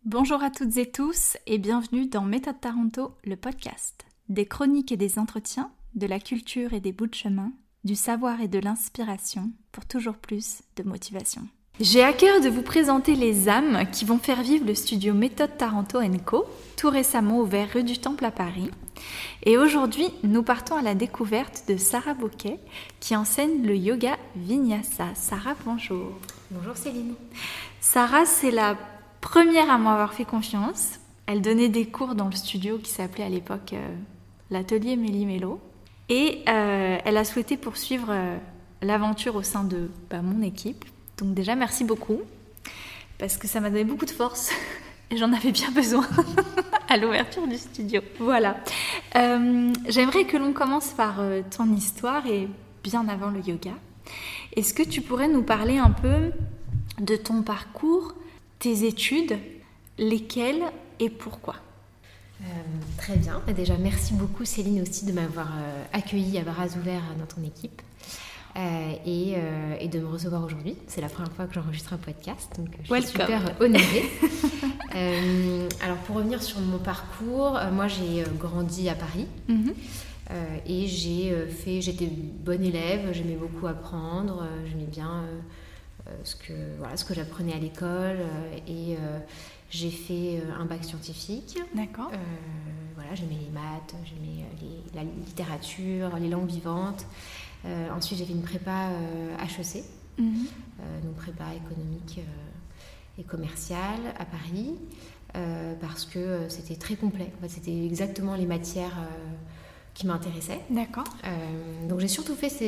Bonjour à toutes et tous et bienvenue dans Méthode Taranto, le podcast. Des chroniques et des entretiens, de la culture et des bouts de chemin, du savoir et de l'inspiration pour toujours plus de motivation. J'ai à cœur de vous présenter les âmes qui vont faire vivre le studio Méthode Taranto & Co, tout récemment ouvert rue du Temple à Paris. Et aujourd'hui, nous partons à la découverte de Sarah Bouquet qui enseigne le yoga Vinyasa. Sarah, bonjour. Bonjour Céline. Sarah, c'est la première à m'avoir fait confiance. Elle donnait des cours dans le studio qui s'appelait à l'époque l'atelier Méli-Mélo. Et elle a souhaité poursuivre l'aventure au sein de mon équipe. Donc déjà, merci beaucoup, parce que ça m'a donné beaucoup de force et j'en avais bien besoin à l'ouverture du studio. Voilà. J'aimerais que l'on commence par ton histoire et bien avant le yoga. Est-ce que tu pourrais nous parler un peu de ton parcours, tes études, lesquelles et pourquoi ? Très bien. Déjà, merci beaucoup Céline aussi de m'avoir accueillie à bras ouverts dans ton équipe. Et de me recevoir aujourd'hui. C'est la première fois que j'enregistre un podcast, donc je suis super honorée. Alors pour revenir sur mon parcours, moi j'ai grandi à Paris et j'étais bonne élève, j'aimais beaucoup apprendre, j'aimais bien ce que j'apprenais à l'école et j'ai fait un bac scientifique. D'accord. J'aimais les maths, j'aimais la littérature, les langues vivantes. Ensuite, j'ai fait une prépa HEC, donc prépa économique et commerciale à Paris, parce que c'était très complet. En fait, c'était exactement les matières qui m'intéressaient. D'accord. Donc, j'ai surtout fait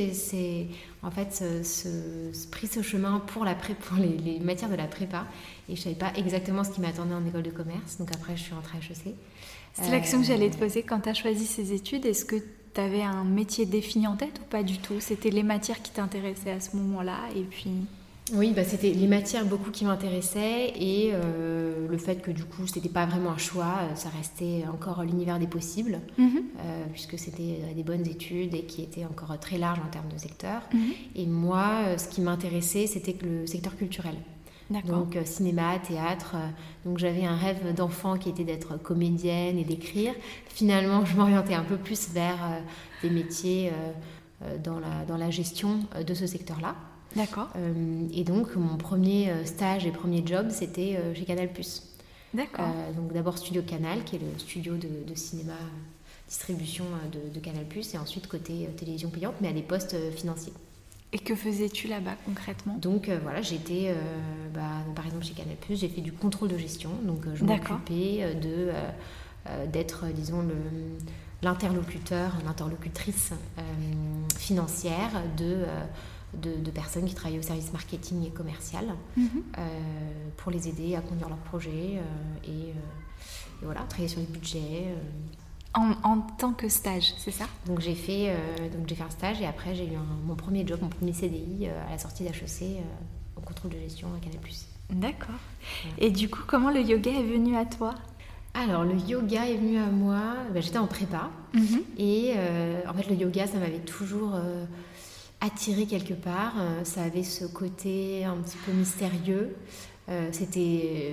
pris ce chemin pour les matières de la prépa, et je savais pas exactement ce qui m'attendait en école de commerce. Donc après, je suis rentrée à HEC. C'est la question que j'allais te poser quand tu as choisi ces études. Est-ce que tu avais un métier défini en tête ou pas du tout ? C'était les matières qui t'intéressaient à ce moment-là et puis... Oui, c'était les matières beaucoup qui m'intéressaient et le fait que du coup, c'était pas vraiment un choix, ça restait encore l'univers des possibles, puisque c'était des bonnes études et qui étaient encore très larges en termes de secteur. Et moi, ce qui m'intéressait, c'était que le secteur culturel. D'accord. Donc cinéma, théâtre, donc j'avais un rêve d'enfant qui était d'être comédienne et d'écrire. Finalement, je m'orientais un peu plus vers des métiers dans la gestion de ce secteur-là. D'accord. Et donc mon premier stage et premier job, c'était chez Canal+. D'accord. Donc d'abord Studio Canal, qui est le studio de cinéma distribution de Canal+, et ensuite côté télévision payante, mais à des postes financiers. Et que faisais-tu là-bas concrètement ? Donc j'étais, par exemple chez Canal+, j'ai fait du contrôle de gestion, donc je m'occupais d'être, disons, l'interlocutrice financière de personnes qui travaillaient au service marketing et commercial pour les aider à conduire leurs projets et travailler sur les budgets. En tant que stage, c'est ça ? Donc j'ai fait un stage et après j'ai eu mon premier job, mon premier CDI à la sortie d'HEC au contrôle de gestion à Canal+. D'accord. Voilà. Et du coup, comment le yoga est venu à toi ? Alors le yoga est venu à moi, j'étais en prépa et en fait le yoga ça m'avait toujours attiré quelque part, ça avait ce côté un petit peu mystérieux, c'était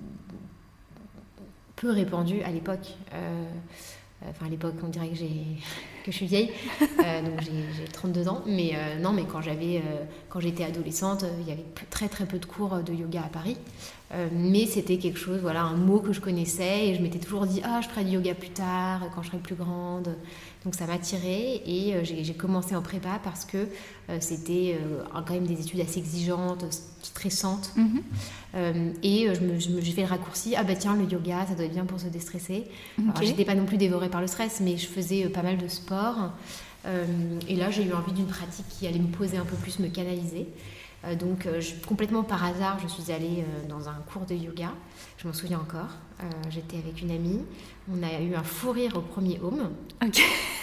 peu répandu à l'époque. À l'époque, on dirait que je suis vieille, donc j'ai 32 ans, mais quand j'étais adolescente, il y avait très très peu de cours de yoga à Paris, mais c'était quelque chose, un mot que je connaissais et je m'étais toujours dit je ferai du yoga plus tard, quand je serai plus grande, donc ça m'attirait et j'ai commencé en prépa parce que c'était quand même des études assez exigeantes, stressantes, et j'ai fait le raccourci, tiens, le yoga ça doit être bien pour se déstresser. Okay. Alors, j'étais pas non plus dévorée par le stress, mais je faisais pas mal de sport, et là j'ai eu envie d'une pratique qui allait me poser un peu plus, me canaliser. Donc complètement par hasard, je suis allée dans un cours de yoga, je m'en souviens encore, j'étais avec une amie, on a eu un fou rire au premier home. Ok.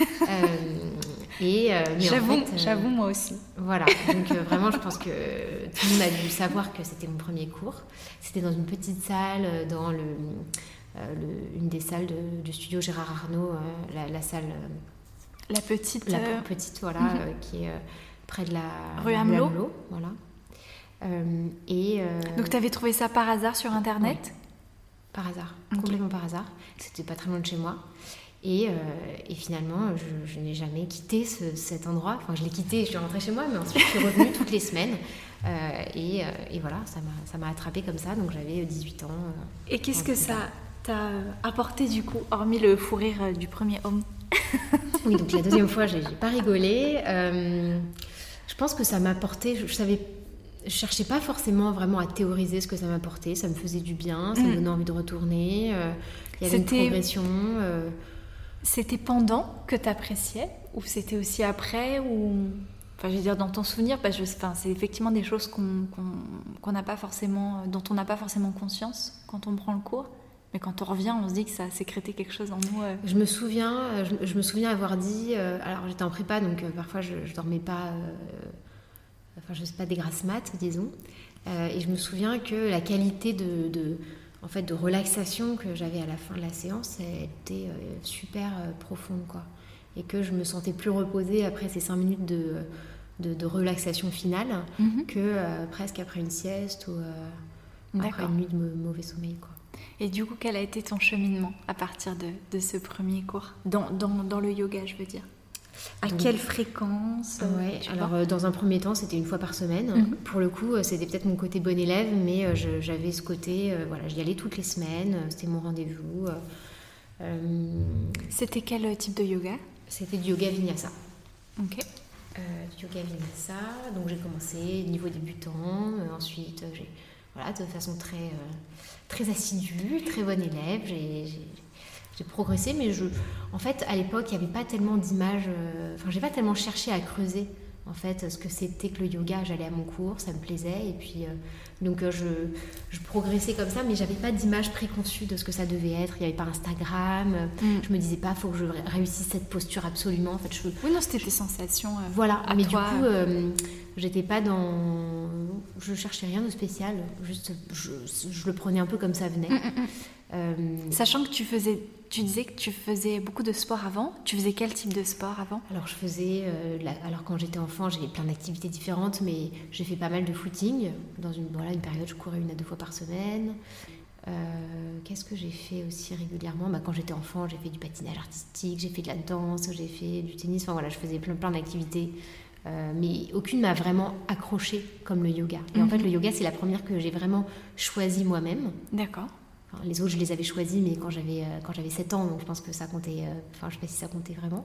J'avoue moi aussi. Voilà, donc vraiment je pense que tout le monde a dû savoir que c'était mon premier cours. C'était dans une petite salle, dans une des salles du studio Gérard Arnault, la salle... La petite, qui est près de la rue Amelot. Voilà. Donc tu avais trouvé ça par hasard sur Internet ? par hasard, Ok. complètement par hasard. C'était pas très loin de chez moi. Et finalement, je n'ai jamais quitté cet endroit. Enfin, je l'ai quitté, je suis rentrée chez moi, mais ensuite je suis revenue toutes les semaines. Et voilà, ça m'a attrapée comme ça. Donc j'avais 18 ans. Et qu'est-ce que ça t'a apporté du coup, hormis le fou rire du premier homme? Oui, donc la deuxième fois, j'ai pas rigolé. Je pense que ça m'a apporté. Je cherchais pas forcément vraiment à théoriser ce que ça m'apportait. Ça me faisait du bien, ça me donnait envie de retourner. Il y avait une progression. C'était pendant que t'appréciais ou c'était aussi après ou... Enfin, je veux dire, dans ton souvenir, parce que c'est effectivement des choses qu'on n'a pas forcément, dont on n'a pas forcément conscience quand on prend le cours. Mais quand on revient, on se dit que ça a sécrété quelque chose en nous. Je me souviens avoir dit... alors, j'étais en prépa, donc parfois, je dormais pas... enfin, je sais pas, des grasses mat, disons. Et je me souviens que la qualité de relaxation que j'avais à la fin de la séance, elle était super profonde, quoi. Et que je me sentais plus reposée après ces 5 minutes de relaxation finale que presque après une sieste ou après une nuit de mauvais sommeil, quoi. Et du coup, quel a été ton cheminement à partir de ce premier cours dans le yoga, je veux dire? À quelle fréquence? Ouais, alors dans un premier temps, c'était une fois par semaine. Pour le coup, c'était peut-être mon côté bon élève, mais j'avais ce côté, voilà, j'y allais toutes les semaines, c'était mon rendez-vous. C'était quel type de yoga? C'était du yoga vinyasa. Ok. Du yoga vinyasa, donc j'ai commencé niveau débutant, ensuite de façon très, très assidue, très bonne élève, j'ai progressé, mais en fait, à l'époque, il n'y avait pas tellement d'images... j'ai pas tellement cherché à creuser, en fait, ce que c'était que le yoga. J'allais à mon cours, ça me plaisait, et puis... je progressais comme ça, mais j'avais pas d'image préconçue de ce que ça devait être. Il n'y avait pas Instagram. Je me disais pas, faut que je réussisse cette posture absolument. En fait, oui, non, c'était tes sensations. Voilà, mais toi. Du coup, j'étais pas dans... Je cherchais rien de spécial. Juste, je le prenais un peu comme ça venait. Sachant que tu disais que tu faisais beaucoup de sport avant. Tu faisais quel type de sport avant? Alors je faisais, alors quand j'étais enfant, j'avais plein d'activités différentes, mais j'ai fait pas mal de footing. Dans une période, je courais 1 à 2 fois par semaine. Qu'est-ce que j'ai fait aussi régulièrement? Quand j'étais enfant, j'ai fait du patinage artistique, j'ai fait de la danse, j'ai fait du tennis. Enfin voilà, je faisais plein d'activités. Mais aucune m'a vraiment accrochée comme le yoga. Et en fait, le yoga, c'est la première que j'ai vraiment choisie moi-même. D'accord. Enfin, les autres, je les avais choisis, mais quand j'avais 7 ans, donc je pense que ça comptait... je sais pas si ça comptait vraiment.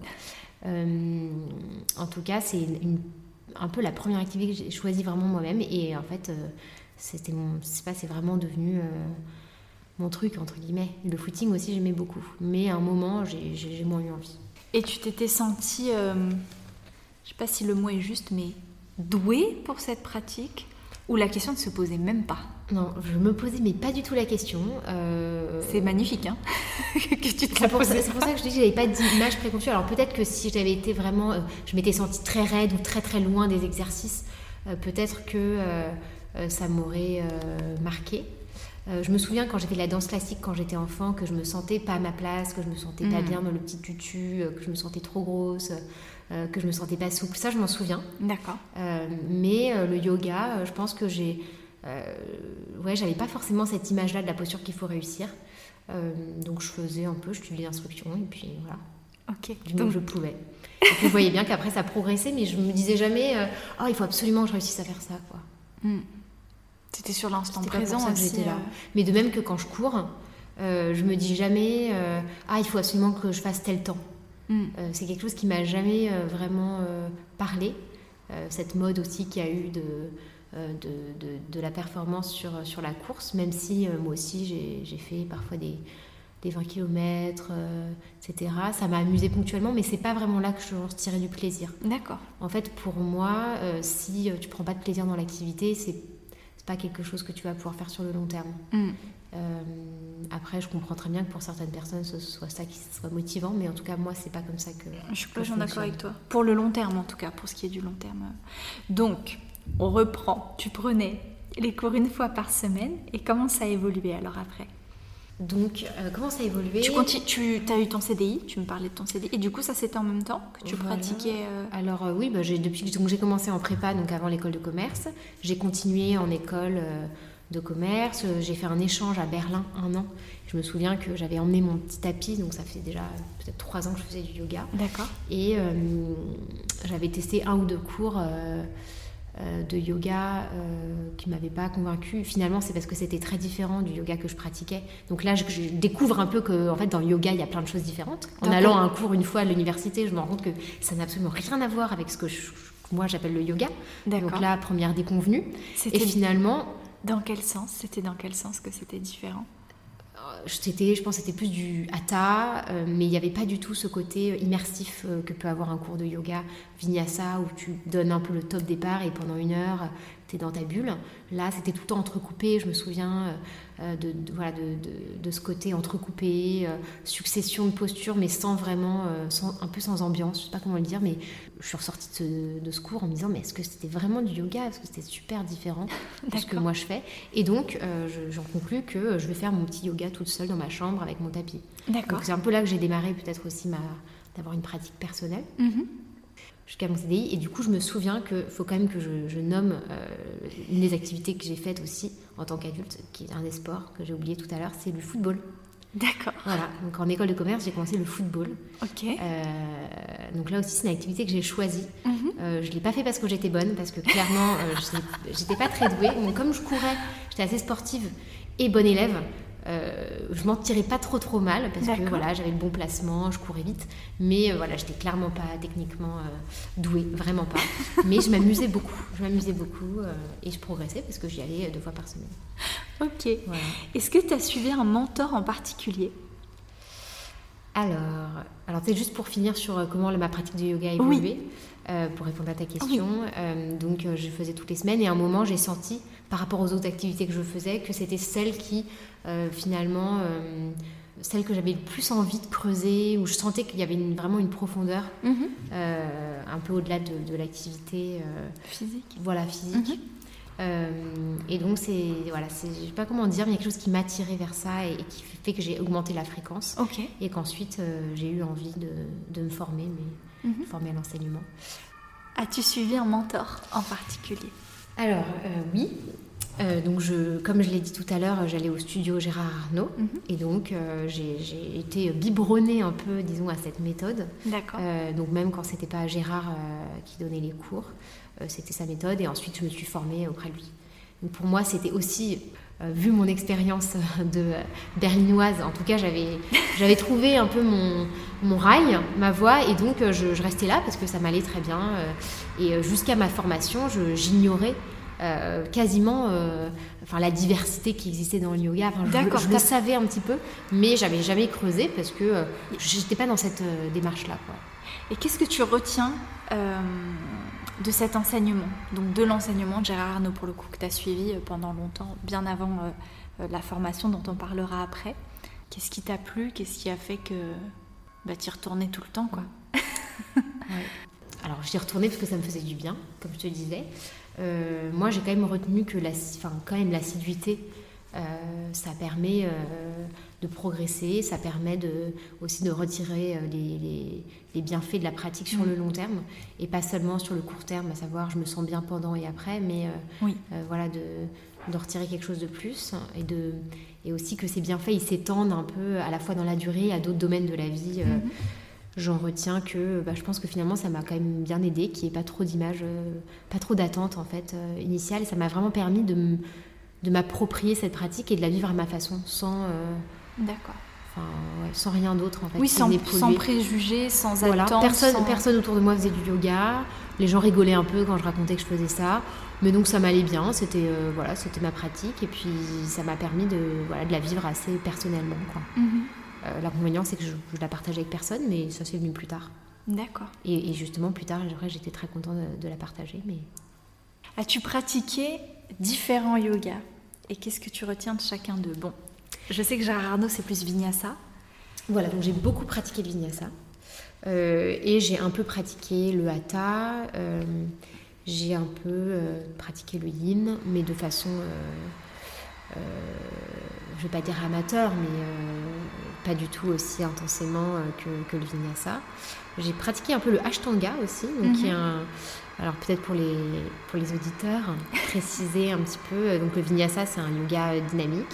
En tout cas, c'est un peu la première activité que j'ai choisie vraiment moi-même. Et en fait, c'est vraiment devenu mon truc, entre guillemets. Le footing aussi, j'aimais beaucoup. Mais à un moment, j'ai moins eu envie. Et tu t'étais sentie, je sais pas si le mot est juste, mais douée pour cette pratique? Ou la question ne se posait même pas? Non, je me posais mais pas du tout la question. C'est magnifique, hein. Que tu te c'est pour ça que je dis que j'avais pas d'image préconçue. Alors peut-être que si j'avais été vraiment... je m'étais sentie très raide ou très très loin des exercices, peut-être que ça m'aurait marquée. Je me souviens quand j'ai fait de la danse classique quand j'étais enfant, que je me sentais pas à ma place, que je me sentais pas bien dans le petit tutu, que je me sentais trop grosse, que je me sentais pas souple. Ça, je m'en souviens. D'accord. Mais le yoga, je pense que j'avais pas forcément cette image-là de la posture qu'il faut réussir. Donc je faisais un peu, je suivais l'instruction et puis voilà. Ok. Du mieux que je pouvais. Et puis je voyais bien qu'après ça progressait, mais je me disais jamais il faut absolument que je réussisse à faire ça, quoi. C'était sur l'instant présent pas pour ça que aussi. J'étais là. Mais de même que quand je cours, je me dis jamais il faut absolument que je fasse tel temps. C'est quelque chose qui m'a jamais vraiment parlé. Cette mode aussi qu'il y a eu de la performance sur la course, même si moi aussi j'ai fait parfois des 20 km, etc. Ça m'a amusée ponctuellement, mais c'est pas vraiment là que je tirais du plaisir. D'accord. En fait, pour moi, si tu prends pas de plaisir dans l'activité, c'est pas quelque chose que tu vas pouvoir faire sur le long terme. Après, je comprends très bien que pour certaines personnes, ce soit ça qui soit motivant, mais en tout cas, moi, c'est pas comme ça que je suis pas d'accord avec toi. Pour le long terme, en tout cas, pour ce qui est du long terme. Donc, on reprend. Tu prenais les cours 1 fois par semaine, et comment ça a évolué alors après? Donc, comment ça a évolué? Tu as eu ton CDI, tu me parlais de ton CDI, et du coup, ça c'était en même temps que tu pratiquais Alors oui, depuis que j'ai commencé en prépa, donc avant l'école de commerce, j'ai continué en école de commerce. J'ai fait un échange à Berlin 1 an. Je me souviens que j'avais emmené mon petit tapis, donc ça fait déjà peut-être 3 ans que je faisais du yoga. D'accord. Et j'avais testé 1 ou 2 cours de yoga qui ne m'avaient pas convaincue. Finalement, c'est parce que c'était très différent du yoga que je pratiquais. Donc là, je découvre un peu que, en fait, dans le yoga, il y a plein de choses différentes. En allant à un cours une fois à l'université, je me rends compte que ça n'a absolument rien à voir avec ce que moi j'appelle le yoga. D'accord. Donc là, première déconvenue. Et finalement... Dans quel sens ? C'était dans quel sens que c'était différent ? Je pense que c'était plus du hatha, mais il n'y avait pas du tout ce côté immersif que peut avoir un cours de yoga vinyasa où tu donnes un peu le top départ et pendant 1 heure tu es dans ta bulle. Là c'était tout le temps entrecoupé, je me souviens de ce côté entrecoupé, succession de postures mais sans vraiment, un peu sans ambiance, je ne sais pas comment le dire, mais je suis ressortie de ce cours en me disant mais est-ce que c'était vraiment du yoga ? Est-ce que c'était super différent de ce que moi je fais ? Et donc j'en conclus que je vais faire mon petit yoga toute seule dans ma chambre avec mon tapis. D'accord. Donc c'est un peu là que j'ai démarré peut-être aussi d'avoir une pratique personnelle. Jusqu'à mon CDI. Et du coup, je me souviens qu'il faut quand même que je nomme une des activités que j'ai faites aussi en tant qu'adulte, qui est un des sports que j'ai oublié tout à l'heure, c'est le football. D'accord. Voilà. Donc en école de commerce, j'ai commencé le football. Ok. Donc là aussi, c'est une activité que j'ai choisie. Je ne l'ai pas fait parce que j'étais bonne, parce que clairement, j'étais pas très douée. Donc, comme je courais, j'étais assez sportive et bonne élève. Je m'en tirais pas trop mal parce que voilà, j'avais le bon placement, je courais vite, mais voilà, j'étais clairement pas techniquement douée, vraiment pas. Mais je m'amusais beaucoup et je progressais parce que j'y allais 2 fois par semaine. Ok. Voilà. Est-ce que tu as suivi un mentor en particulier ? Alors c'est juste pour finir sur comment ma pratique de yoga a évolué, pour répondre à ta question. Donc je faisais toutes les semaines et à un moment j'ai senti, par rapport aux autres activités que je faisais, que c'était celle qui finalement, celle que j'avais le plus envie de creuser, où je sentais qu'il y avait vraiment une profondeur, un peu au-delà de l'activité physique. Voilà, physique. Et donc je sais pas comment dire, mais il y a quelque chose qui m'attirait vers ça et qui fait que j'ai augmenté la fréquence. Et qu'ensuite j'ai eu envie de me former, former à l'enseignement. As-tu suivi un mentor en particulier ? Alors oui. Donc comme je l'ai dit tout à l'heure, j'allais au studio Gérard Arnault et donc j'ai été biberonnée un peu, disons, à cette méthode. D'accord. Donc même quand c'était pas Gérard qui donnait les cours, c'était sa méthode et ensuite je me suis formée auprès de lui. Donc pour moi c'était aussi, vu mon expérience de berlinoise, en tout cas j'avais trouvé un peu mon rail, ma voie et donc je restais là parce que ça m'allait très bien et jusqu'à ma formation j'ignorais quasiment la diversité qui existait dans le yoga. Je le savais un petit peu, mais j'avais jamais creusé parce que j'étais pas dans cette démarche-là, quoi. Et qu'est-ce que tu retiens de cet enseignement, donc de l'enseignement de Gérard Arnault pour le coup que tu as suivi pendant longtemps, bien avant la formation dont on parlera après? Qu'est-ce qui t'a plu? Qu'est-ce qui a fait que tu y retournais tout le temps, quoi? Ouais. Alors j'y retournais parce que ça me faisait du bien, comme je te disais. Moi j'ai quand même retenu que l'assiduité, ça permet de progresser, ça permet aussi de retirer les bienfaits de la pratique sur le long terme et pas seulement sur le court terme, à savoir je me sens bien pendant et après, mais de retirer quelque chose de plus et aussi que ces bienfaits ils s'étendent un peu à la fois dans la durée à d'autres domaines de la vie. J'en retiens que je pense que finalement ça m'a quand même bien aidé, qu'il n'y ait pas trop d'images, pas trop d'attentes en fait initiales, et ça m'a vraiment permis de m'approprier cette pratique et de la vivre à ma façon sans sans rien d'autre en fait. Oui, sans préjugés, sans attente. Personne autour de moi faisait du yoga, les gens rigolaient un peu quand je racontais que je faisais ça, mais donc ça m'allait bien, c'était ma pratique et puis ça m'a permis de la vivre assez personnellement, quoi. L'inconvénient, c'est que je la partageais avec personne, mais ça, c'est venu plus tard. D'accord. Et justement, plus tard, j'étais très contente de la partager. Mais... As-tu pratiqué différents yogas? Et qu'est-ce que tu retiens de chacun d'eux? Bon, je sais que Gérard Arnault, c'est plus vinyasa. Voilà, donc j'ai beaucoup pratiqué le vinyasa. Et j'ai un peu pratiqué le hatha. J'ai un peu pratiqué le yin, mais de façon... je ne vais pas dire amateur, mais pas du tout aussi intensément que le vinyasa. J'ai pratiqué un peu le Ashtanga aussi, donc qui est alors peut-être pour les auditeurs, préciser un petit peu. Donc le vinyasa, c'est un yoga dynamique.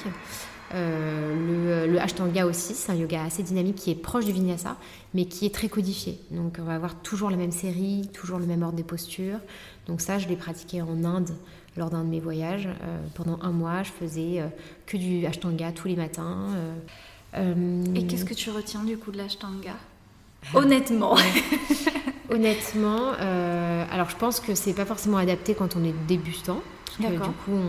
Le Ashtanga aussi, c'est un yoga assez dynamique qui est proche du vinyasa, mais qui est très codifié. Donc on va avoir toujours la même série, toujours le même ordre des postures. Donc ça, je l'ai pratiqué en Inde lors d'un de mes voyages. Pendant 1 mois, je faisais que du Ashtanga tous les matins. Et qu'est-ce que tu retiens du coup de l'Ashtanga ? Honnêtement. Honnêtement, alors je pense que c'est pas forcément adapté quand on est débutant. Parce que, du coup,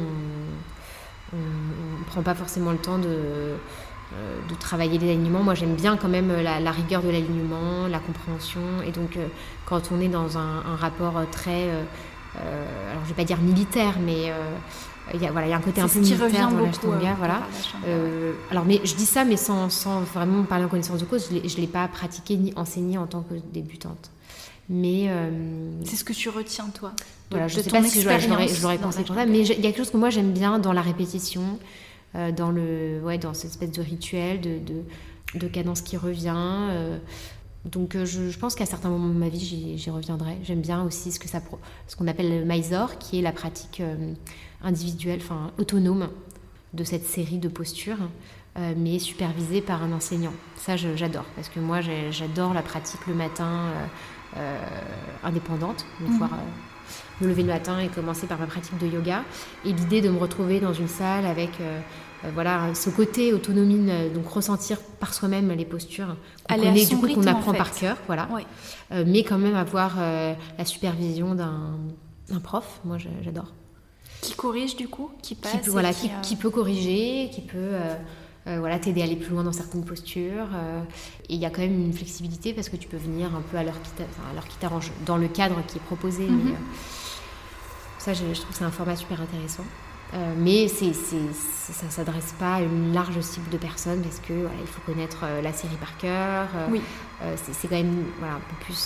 on prend pas forcément le temps de travailler les alignements. Moi, j'aime bien quand même la rigueur de l'alignement, la compréhension. Et donc, quand on est dans un rapport très... alors, je vais pas dire militaire, mais... Il y a un côté un peu militaire dans l'Ashtanga, voilà. Alors, mais je dis ça, mais sans vraiment parler en connaissance de cause. Je l'ai pas pratiqué ni enseigné en tant que débutante. Mais c'est ce que tu retiens, toi. Voilà, je sais pas si je l'aurais pensé comme ça, mais il y a quelque chose que moi j'aime bien dans la répétition, dans cette espèce de rituel, de cadence qui revient. Donc je pense qu'à certains moments de ma vie, j'y reviendrai. J'aime bien aussi ce qu'on appelle le Mysore, qui est la pratique individuelle, enfin autonome de cette série de postures, mais supervisée par un enseignant. Ça, j'adore, parce que moi, j'adore la pratique le matin indépendante, de pouvoir me lever le matin et commencer par ma pratique de yoga. Et l'idée de me retrouver dans une salle avec... ce côté autonomie, donc ressentir par soi-même les postures qu'on apprend par cœur, voilà. Ouais. Mais quand même avoir la supervision d'un prof, moi j'adore. Qui corrige du coup, qui passe, qui peut corriger, qui peut t'aider à aller plus loin dans certaines postures. Et il y a quand même une flexibilité parce que tu peux venir un peu à l'heure qui t'arrange, dans le cadre qui est proposé. Mais, ça, je trouve que c'est un format super intéressant. Mais ça ne s'adresse pas à une large cible de personnes parce que il faut connaître la série par cœur. C'est quand même un peu plus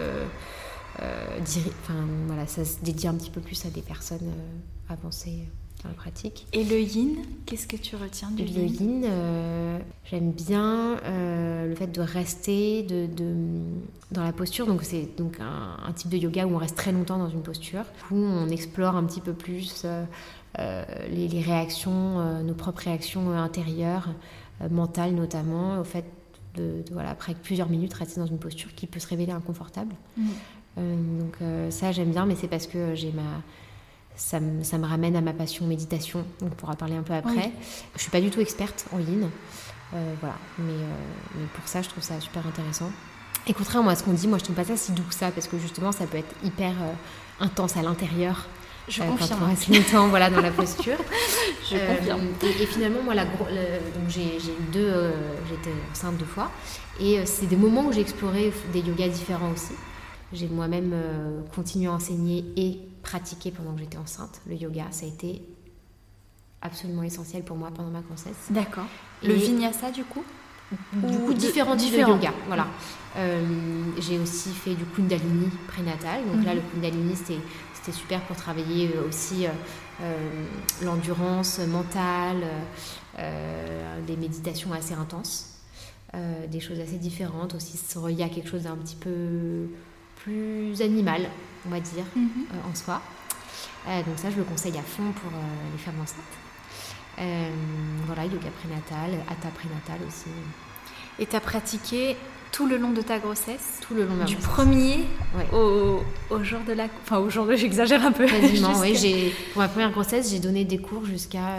ça se dédie un petit peu plus à des personnes avancées dans la pratique. Et le yin, qu'est-ce que tu retiens du yin ? Le yin, j'aime bien le fait de rester dans la posture. Donc c'est un type de yoga où on reste très longtemps dans une posture, où on explore un petit peu plus les réactions, nos propres réactions intérieures, mentales notamment, au fait après plusieurs minutes rester dans une posture qui peut se révéler inconfortable. Donc ça j'aime bien, mais c'est parce que ça me ramène à ma passion méditation, on pourra parler un peu après. Oui. Je suis pas du tout experte en yin, mais pour ça je trouve ça super intéressant. Et contrairement à ce qu'on dit, moi je trouve pas ça si doux que ça, parce que justement ça peut être hyper intense à l'intérieur. Je confirme. Quand on reste longtemps dans la posture. Je confirme. Et finalement, moi, donc j'étais enceinte 2 fois. Et c'est des moments où j'ai exploré des yogas différents aussi. J'ai moi-même continué à enseigner et pratiquer pendant que j'étais enceinte. Le yoga, ça a été absolument essentiel pour moi pendant ma grossesse. D'accord. Le vinyasa, du coup ? Différents types de yoga, voilà. J'ai aussi fait du kundalini prénatal. Donc là, le kundalini, c'était super pour travailler aussi l'endurance mentale, des méditations assez intenses, des choses assez différentes aussi, se relier à quelque chose d'un petit peu plus animal, on va dire, en soi. Donc ça, je le conseille à fond pour les femmes enceintes. Yoga prénatal, hatha prénatal aussi. Et tu as pratiqué tout le long de ta grossesse ? Tout le long de ma grossesse. Du premier au jour de la... Enfin, au jour de... J'exagère un peu. Quasiment, oui. Pour ma première grossesse, j'ai donné des cours jusqu'à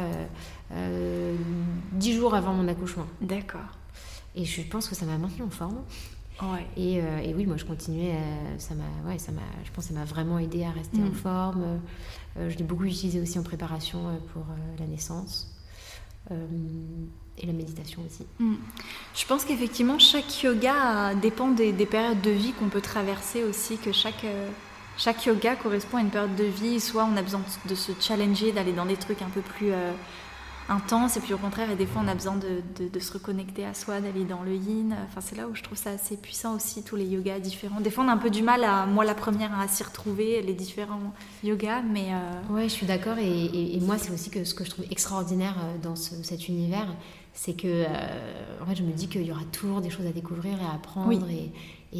10 jours avant mon accouchement. D'accord. Et je pense que ça m'a maintenue en forme. Ouais. Et oui, moi je continuais, je pense que ça m'a vraiment aidée à rester en forme. Je l'ai beaucoup utilisé aussi en préparation pour la naissance. Et la méditation aussi. Je pense qu'effectivement, chaque yoga dépend des périodes de vie qu'on peut traverser aussi, que chaque yoga correspond à une période de vie. Soit on a besoin de se challenger, d'aller dans des trucs un peu plus intenses, et puis au contraire, et des fois on a besoin de se reconnecter à soi, d'aller dans le yin. Enfin, c'est là où je trouve ça assez puissant aussi, tous les yogas différents. Des fois on a un peu du mal, moi la première, à s'y retrouver, les différents yogas, mais... Ouais, je suis d'accord, et moi c'est aussi ce que je trouve extraordinaire dans cet univers, C'est que, en fait, je me dis qu'il y aura toujours des choses à découvrir et à apprendre. Oui.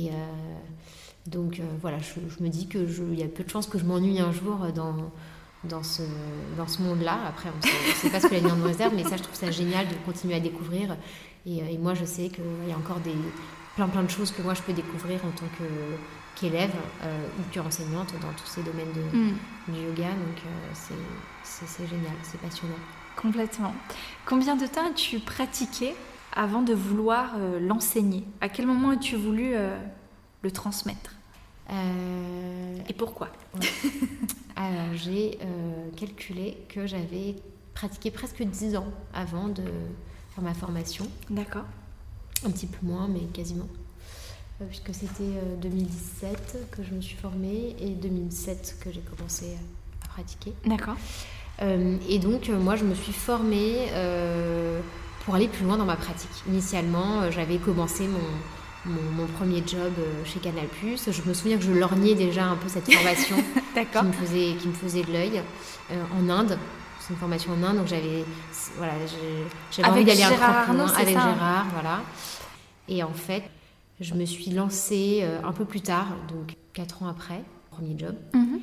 Donc, voilà, je me dis qu'il y a peu de chances que je m'ennuie un jour dans ce monde-là. Après, on ne sait pas ce que l'avenir nous réserve, mais ça, je trouve ça génial de continuer à découvrir. Et moi, je sais qu'il y a encore plein de choses que moi, je peux découvrir en tant qu'élève ou qu'enseignante dans tous ces domaines du yoga. Donc, c'est génial, c'est passionnant. Complètement. Combien de temps as-tu pratiqué avant de vouloir l'enseigner ? À quel moment as-tu voulu le transmettre ? Et pourquoi ? Ouais. Alors, j'ai calculé que j'avais pratiqué presque 10 ans avant de faire ma formation. D'accord. Un petit peu moins, mais quasiment. Puisque c'était 2017 que je me suis formée et 2007 que j'ai commencé à pratiquer. D'accord. Et donc, moi, je me suis formée pour aller plus loin dans ma pratique. Initialement, j'avais commencé mon premier job chez Canal+. Je me souviens que je lorgnais déjà un peu cette formation D'accord. qui me faisait de l'œil en Inde. C'est une formation en Inde, donc j'avais envie d'aller un peu plus loin avec Gérard. Voilà. Et en fait, je me suis lancée un peu plus tard, donc 4 ans après, premier job.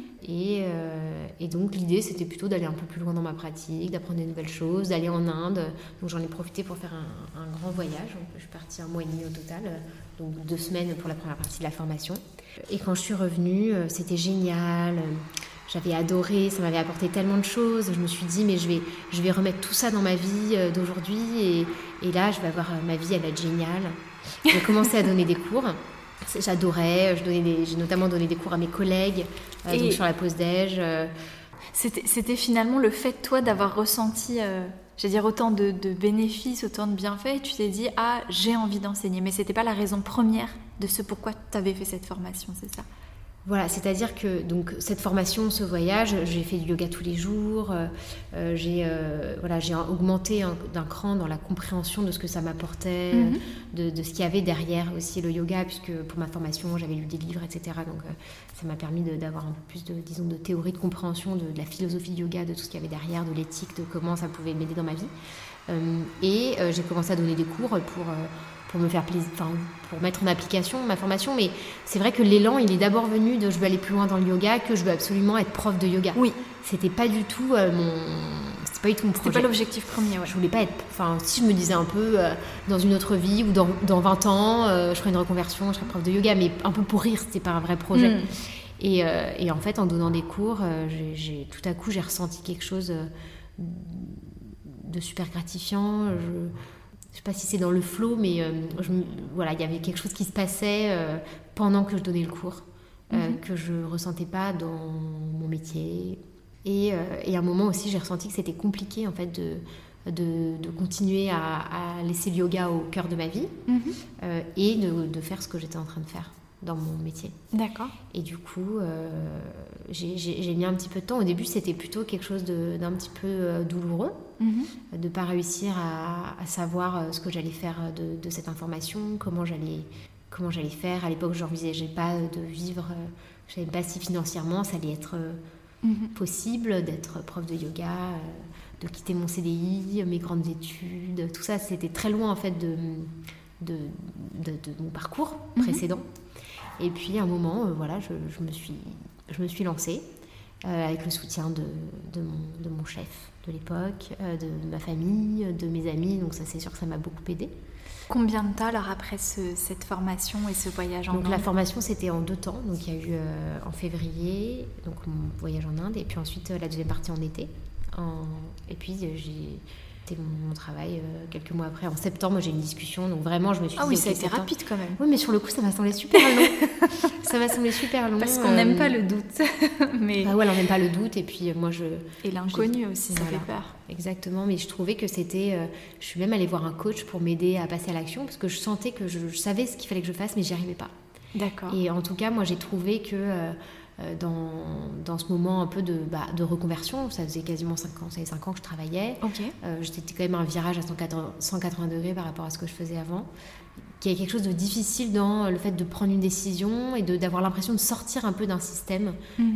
Et donc l'idée, c'était plutôt d'aller un peu plus loin dans ma pratique, d'apprendre des nouvelles choses, d'aller en Inde. Donc j'en ai profité pour faire un grand voyage. Je suis partie 1 mois et demi au total, donc 2 semaines pour la première partie de la formation. Et quand je suis revenue, c'était génial. J'avais adoré, ça m'avait apporté tellement de choses. Je me suis dit, mais je vais remettre tout ça dans ma vie d'aujourd'hui. Et là, je vais avoir ma vie, elle va être géniale. J'ai commencé à donner des cours. J'adorais. J'ai notamment donné des cours à mes collègues donc sur la pause déj. C'était finalement le fait, toi, d'avoir ressenti, autant de bénéfices, autant de bienfaits. Et tu t'es dit, j'ai envie d'enseigner. Mais c'était pas la raison première de ce pourquoi tu avais fait cette formation, c'est ça ? Voilà, c'est-à-dire que donc, cette formation, ce voyage, j'ai fait du yoga tous les jours, j'ai augmenté d'un cran dans la compréhension de ce que ça m'apportait, de ce qu'il y avait derrière aussi le yoga, puisque pour ma formation, j'avais lu des livres, etc. Donc ça m'a permis d'avoir un peu plus de théorie, de compréhension de la philosophie du yoga, de tout ce qu'il y avait derrière, de l'éthique, de comment ça pouvait m'aider dans ma vie. J'ai commencé à donner des cours pour me faire plaisir, pour mettre en application ma formation. Mais c'est vrai que l'élan, il est d'abord venu de je veux aller plus loin dans le yoga, que je veux absolument être prof de yoga. Oui. C'était pas du tout mon projet. C'était pas l'objectif premier, ouais. Je voulais pas être... si je me disais un peu dans une autre vie ou dans 20 ans, je ferais une reconversion, je serais prof de yoga, mais un peu pour rire, c'était pas un vrai projet. Et en fait, en donnant des cours, tout à coup, j'ai ressenti quelque chose de super gratifiant. Je sais pas si c'est dans le flow, mais il y avait quelque chose qui se passait pendant que je donnais le cours, que je ressentais pas dans mon métier. Et à un moment aussi, j'ai ressenti que c'était compliqué en fait de continuer à laisser le yoga au cœur de ma vie et de faire ce que j'étais en train de faire dans mon métier. D'accord. Et du coup, j'ai mis un petit peu de temps. Au début, c'était plutôt quelque chose d'un petit peu douloureux, de ne pas réussir à savoir ce que j'allais faire de cette information, comment j'allais faire. À l'époque, je n'envisageais pas de vivre, je ne savais pas si financièrement ça allait être possible d'être prof de yoga, de quitter mon CDI, mes grandes études. Tout ça, c'était très loin en fait de mon parcours précédent. Et puis à un moment, je me suis lancée avec le soutien de mon chef de l'époque, de ma famille, de mes amis. Donc ça, c'est sûr que ça m'a beaucoup aidée. Combien de temps alors après cette formation et ce voyage en Inde ? Donc la formation, c'était en 2 temps. Donc il y a eu en février, donc mon voyage en Inde, et puis ensuite la deuxième partie en été. Et puis c'était mon travail quelques mois après. En septembre, j'ai eu une discussion. Donc vraiment, je me suis dit... Ah oui, ça a été rapide quand même. Oui, mais sur le coup, ça m'a semblé super long. Parce qu'on n'aime pas le doute. Mais... on n'aime pas le doute. Et puis moi, Et l'inconnu aussi, ça fait peur. Exactement. Mais je trouvais que c'était... je suis même allée voir un coach pour m'aider à passer à l'action, parce que je sentais que je savais ce qu'il fallait que je fasse, mais j'y arrivais pas. D'accord. Et en tout cas, moi, j'ai trouvé que... dans ce moment un peu de reconversion, ça faisait quasiment 5 ans, ça faisait 5 ans que je travaillais. Okay. C'était quand même un virage à 180 degrés par rapport à ce que je faisais avant. qu'il y a quelque chose de difficile dans le fait de prendre une décision et d'avoir l'impression de sortir un peu d'un système.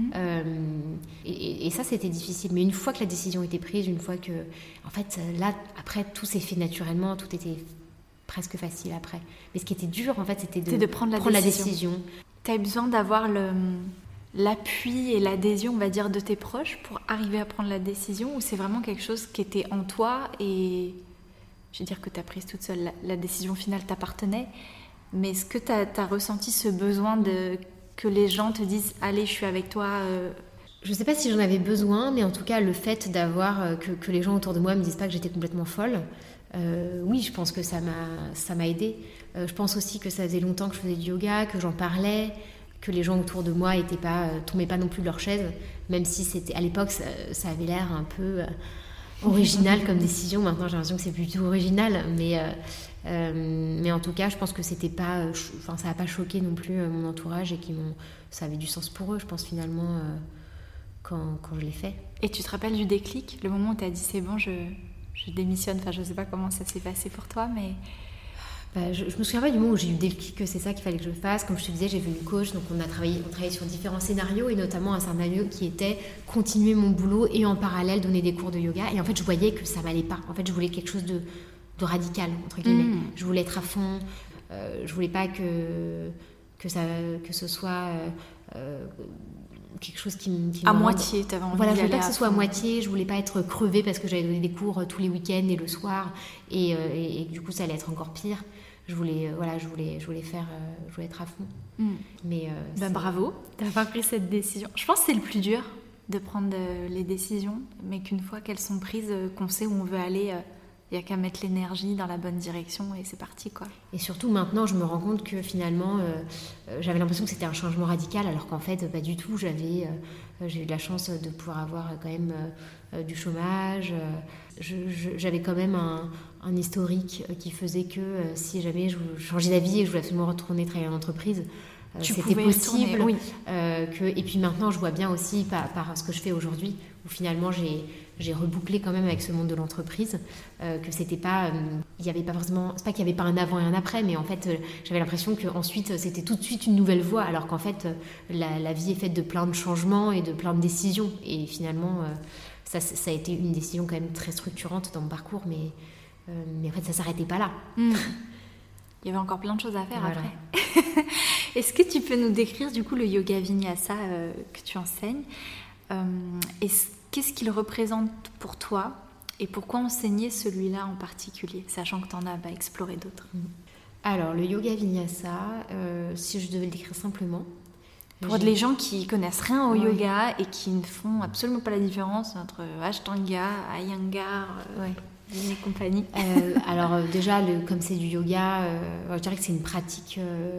Et ça, c'était difficile. Mais une fois que la décision était prise, une fois que... En fait, là, après, tout s'est fait naturellement, tout était presque facile après. Mais ce qui était dur, en fait, c'était de prendre la décision. Tu as besoin d'avoir l'appui et l'adhésion, on va dire, de tes proches pour arriver à prendre la décision, ou c'est vraiment quelque chose qui était en toi et... Je veux dire que tu as prise toute seule, la décision finale t'appartenait, mais est-ce que tu as ressenti ce besoin que les gens te disent « Allez, je suis avec toi » Je ne sais pas si j'en avais besoin, mais en tout cas, le fait d'avoir que les gens autour de moi ne me disent pas que j'étais complètement folle, oui, je pense que ça m'a aidée. Je pense aussi que ça faisait longtemps que je faisais du yoga, que j'en parlais, que les gens autour de moi tombaient pas non plus de leur chaise, même si à l'époque, ça avait l'air un peu... original comme décision. Maintenant j'ai l'impression que c'est plutôt original, mais en tout cas je pense que c'était pas, ça n'a pas choqué non plus mon entourage et ça avait du sens pour eux, je pense, finalement, quand je l'ai fait. Et tu te rappelles du déclic, le moment où tu as dit c'est bon, je démissionne, enfin je sais pas comment ça s'est passé pour toi, mais... je me souviens pas du moment où j'ai eu le déclic que c'est ça qu'il fallait que je fasse. Comme je te disais, j'ai vu une coach, donc on travaillait sur différents scénarios, et notamment un scénario qui était continuer mon boulot et en parallèle donner des cours de yoga. Et en fait, je voyais que ça m'allait pas. En fait, je voulais quelque chose de radical, entre guillemets. Je voulais être à fond. Je voulais pas que ce soit quelque chose qui à moitié, t'avais envie voilà, je voulais pas que ce soit à moitié. Je voulais pas être crevée parce que j'allais donner des cours tous les week-ends et le soir, et du coup ça allait être encore pire. Je voulais être à fond. Mais bravo d'avoir pris cette décision. Je pense que c'est le plus dur de prendre les décisions, mais qu'une fois qu'elles sont prises, qu'on sait où on veut aller, il n'y a qu'à mettre l'énergie dans la bonne direction et c'est parti, quoi. Et surtout maintenant, je me rends compte que finalement, j'avais l'impression que c'était un changement radical, alors qu'en fait, pas du tout. J'ai eu de la chance de pouvoir avoir quand même du chômage. J'avais quand même un historique qui faisait que si jamais je changeais d'avis et que je voulais absolument retourner travailler en entreprise, c'était possible. Oui. Et puis maintenant, je vois bien aussi par ce que je fais aujourd'hui, où finalement j'ai rebouclé quand même avec ce monde de l'entreprise, que c'était pas, il y avait pas forcément, c'est pas qu'il y avait pas un avant et un après, mais en fait j'avais l'impression que ensuite c'était tout de suite une nouvelle voie, alors qu'en fait la vie est faite de plein de changements et de plein de décisions, et finalement ça a été une décision quand même très structurante dans mon parcours, mais en fait ça s'arrêtait pas là. Il y avait encore plein de choses à faire, voilà. Après. Est-ce que tu peux nous décrire du coup le yoga vinyasa que tu enseignes, qu'est-ce qu'il représente pour toi et pourquoi enseigner celui-là en particulier, sachant que tu en as exploré d'autres? Alors, le yoga vinyasa, si je devais le décrire simplement... Pour les gens qui connaissent rien au yoga et qui ne font absolument pas la différence entre Ashtanga, Iyengar et compagnie. Alors déjà, comme c'est du yoga, je dirais que c'est une pratique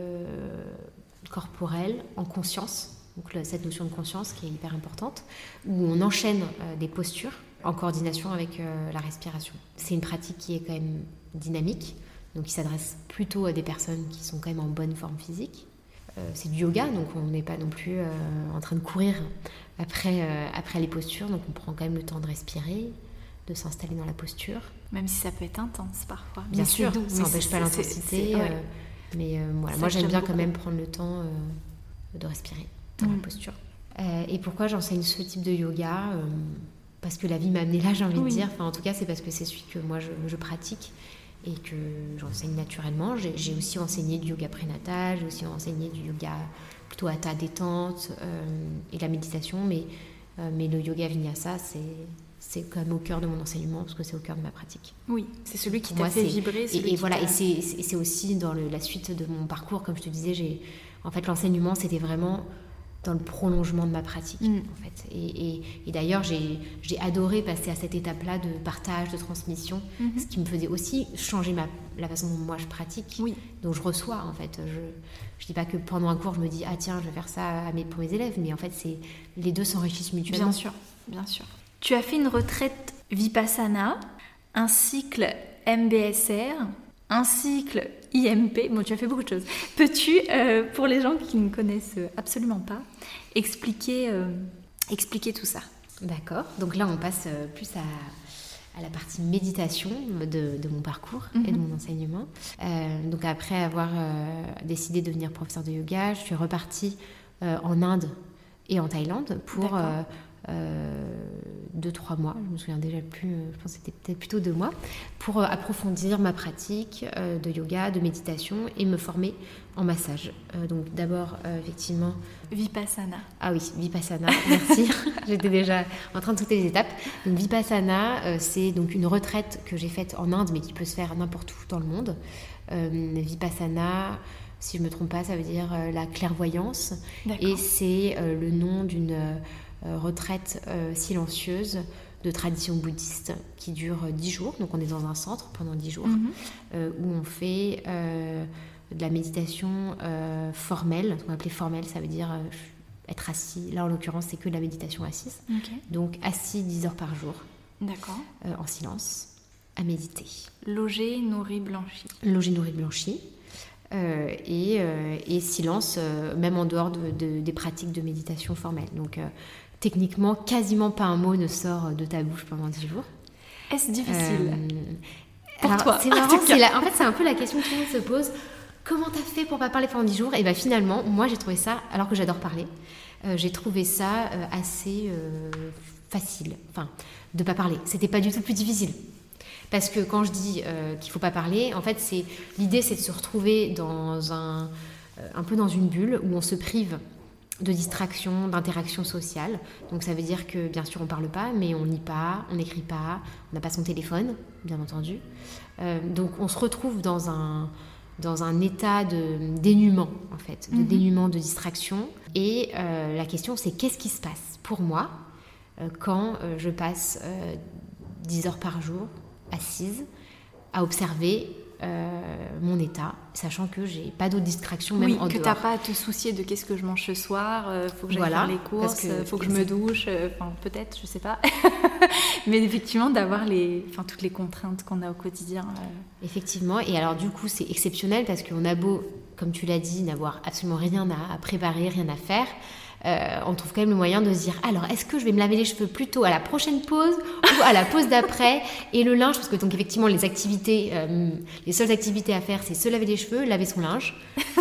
corporelle en conscience. Donc cette notion de conscience qui est hyper importante, où on enchaîne des postures en coordination avec la respiration. C'est une pratique qui est quand même dynamique, donc qui s'adresse plutôt à des personnes qui sont quand même en bonne forme physique. C'est du yoga, donc on n'est pas non plus en train de courir après les postures, donc on prend quand même le temps de respirer, de s'installer dans la posture. Même si ça peut être intense parfois. Bien sûr, ça n'empêche pas l'intensité, mais voilà, moi j'aime bien quand même prendre le temps de respirer dans la posture. Et pourquoi j'enseigne ce type de yoga parce que la vie m'a amené là, j'ai envie de dire. Enfin, en tout cas, c'est parce que c'est celui que moi je pratique et que j'enseigne naturellement. J'ai aussi enseigné du yoga prénatal, j'ai aussi enseigné du yoga plutôt hatha détente et la méditation, mais le yoga vinyasa, c'est quand même au cœur de mon enseignement parce que c'est au cœur de ma pratique. Oui, c'est celui qui t'a fait vibrer. Et voilà, et c'est aussi dans la suite de mon parcours, comme je te disais, en fait, l'enseignement, c'était vraiment dans le prolongement de ma pratique, en fait. Et d'ailleurs, j'ai adoré passer à cette étape-là de partage, de transmission, ce qui me faisait aussi changer la façon dont moi je pratique, dont je reçois, en fait. Je dis pas que pendant un cours, je me dis « Ah tiens, je vais faire ça pour mes élèves », mais en fait, les deux s'enrichissent mutuellement. Bien sûr, bien sûr. Tu as fait une retraite Vipassana, un cycle MBSR, un cycle IMP. Bon, tu as fait beaucoup de choses. Peux-tu, pour les gens qui ne connaissent absolument pas, expliquer tout ça? D'accord. Donc là, on passe plus à la partie méditation de mon parcours et de mon enseignement. Donc après avoir décidé de devenir professeur de yoga, je suis repartie en Inde et en Thaïlande pour 2-3 mois, je me souviens déjà plus, je pense que c'était peut-être plutôt 2 mois, pour approfondir ma pratique de yoga, de méditation et me former en massage. Donc d'abord, effectivement... Vipassana. Ah oui, Vipassana, merci. J'étais déjà en train de sauter les étapes. Donc Vipassana, c'est donc une retraite que j'ai faite en Inde, mais qui peut se faire n'importe où dans le monde. Vipassana, si je ne me trompe pas, ça veut dire la clairvoyance. D'accord. Et c'est le nom d'une... retraite silencieuse de tradition bouddhiste qui dure 10 jours. Donc on est dans un centre pendant 10 jours où on fait de la méditation formelle. Ce qu'on appelle formelle, ça veut dire être assis. Là en l'occurrence c'est que de la méditation assise. Okay. Donc assis 10 heures par jour. D'accord. En silence, à méditer. Logé, nourri, blanchi. Logé, nourri, blanchi. Et silence, même en dehors des pratiques de méditation formelle. Donc, techniquement, quasiment pas un mot ne sort de ta bouche pendant 10 jours. Est-ce difficile pour toi? C'est marrant, en fait, c'est un peu la question que tout le monde se pose. Comment t'as fait pour pas parler pendant 10 jours? Et bien finalement, moi, j'ai trouvé ça, alors que j'adore parler, j'ai trouvé ça assez facile. Enfin, de pas parler. C'était pas du tout plus difficile. Parce que quand je dis qu'il ne faut pas parler, en fait, l'idée, c'est de se retrouver un peu dans une bulle où on se prive de distraction, d'interaction sociale. Donc ça veut dire que, bien sûr, on ne parle pas, mais on lit pas, on n'écrit pas, on n'a pas son téléphone, bien entendu. Donc on se retrouve dans un état de dénuement, en fait, de dénuement, de distraction. Et la question, c'est qu'est-ce qui se passe pour moi quand je passe 10 heures par jour assise à observer mon état, sachant que j'ai pas d'autres distractions même en dehors. Oui, que t'as pas à te soucier de qu'est-ce que je mange ce soir, faut que j'aille faire les courses, faut que je me douche, peut-être, je sais pas. Mais effectivement, d'avoir toutes les contraintes qu'on a au quotidien. Effectivement, et alors du coup, c'est exceptionnel parce qu'on a beau, comme tu l'as dit, n'avoir absolument rien à préparer, rien à faire. On trouve quand même le moyen de se dire alors est-ce que je vais me laver les cheveux plutôt à la prochaine pause ou à la pause d'après, et le linge, parce que donc effectivement les activités, les seules activités à faire c'est se laver les cheveux, laver son linge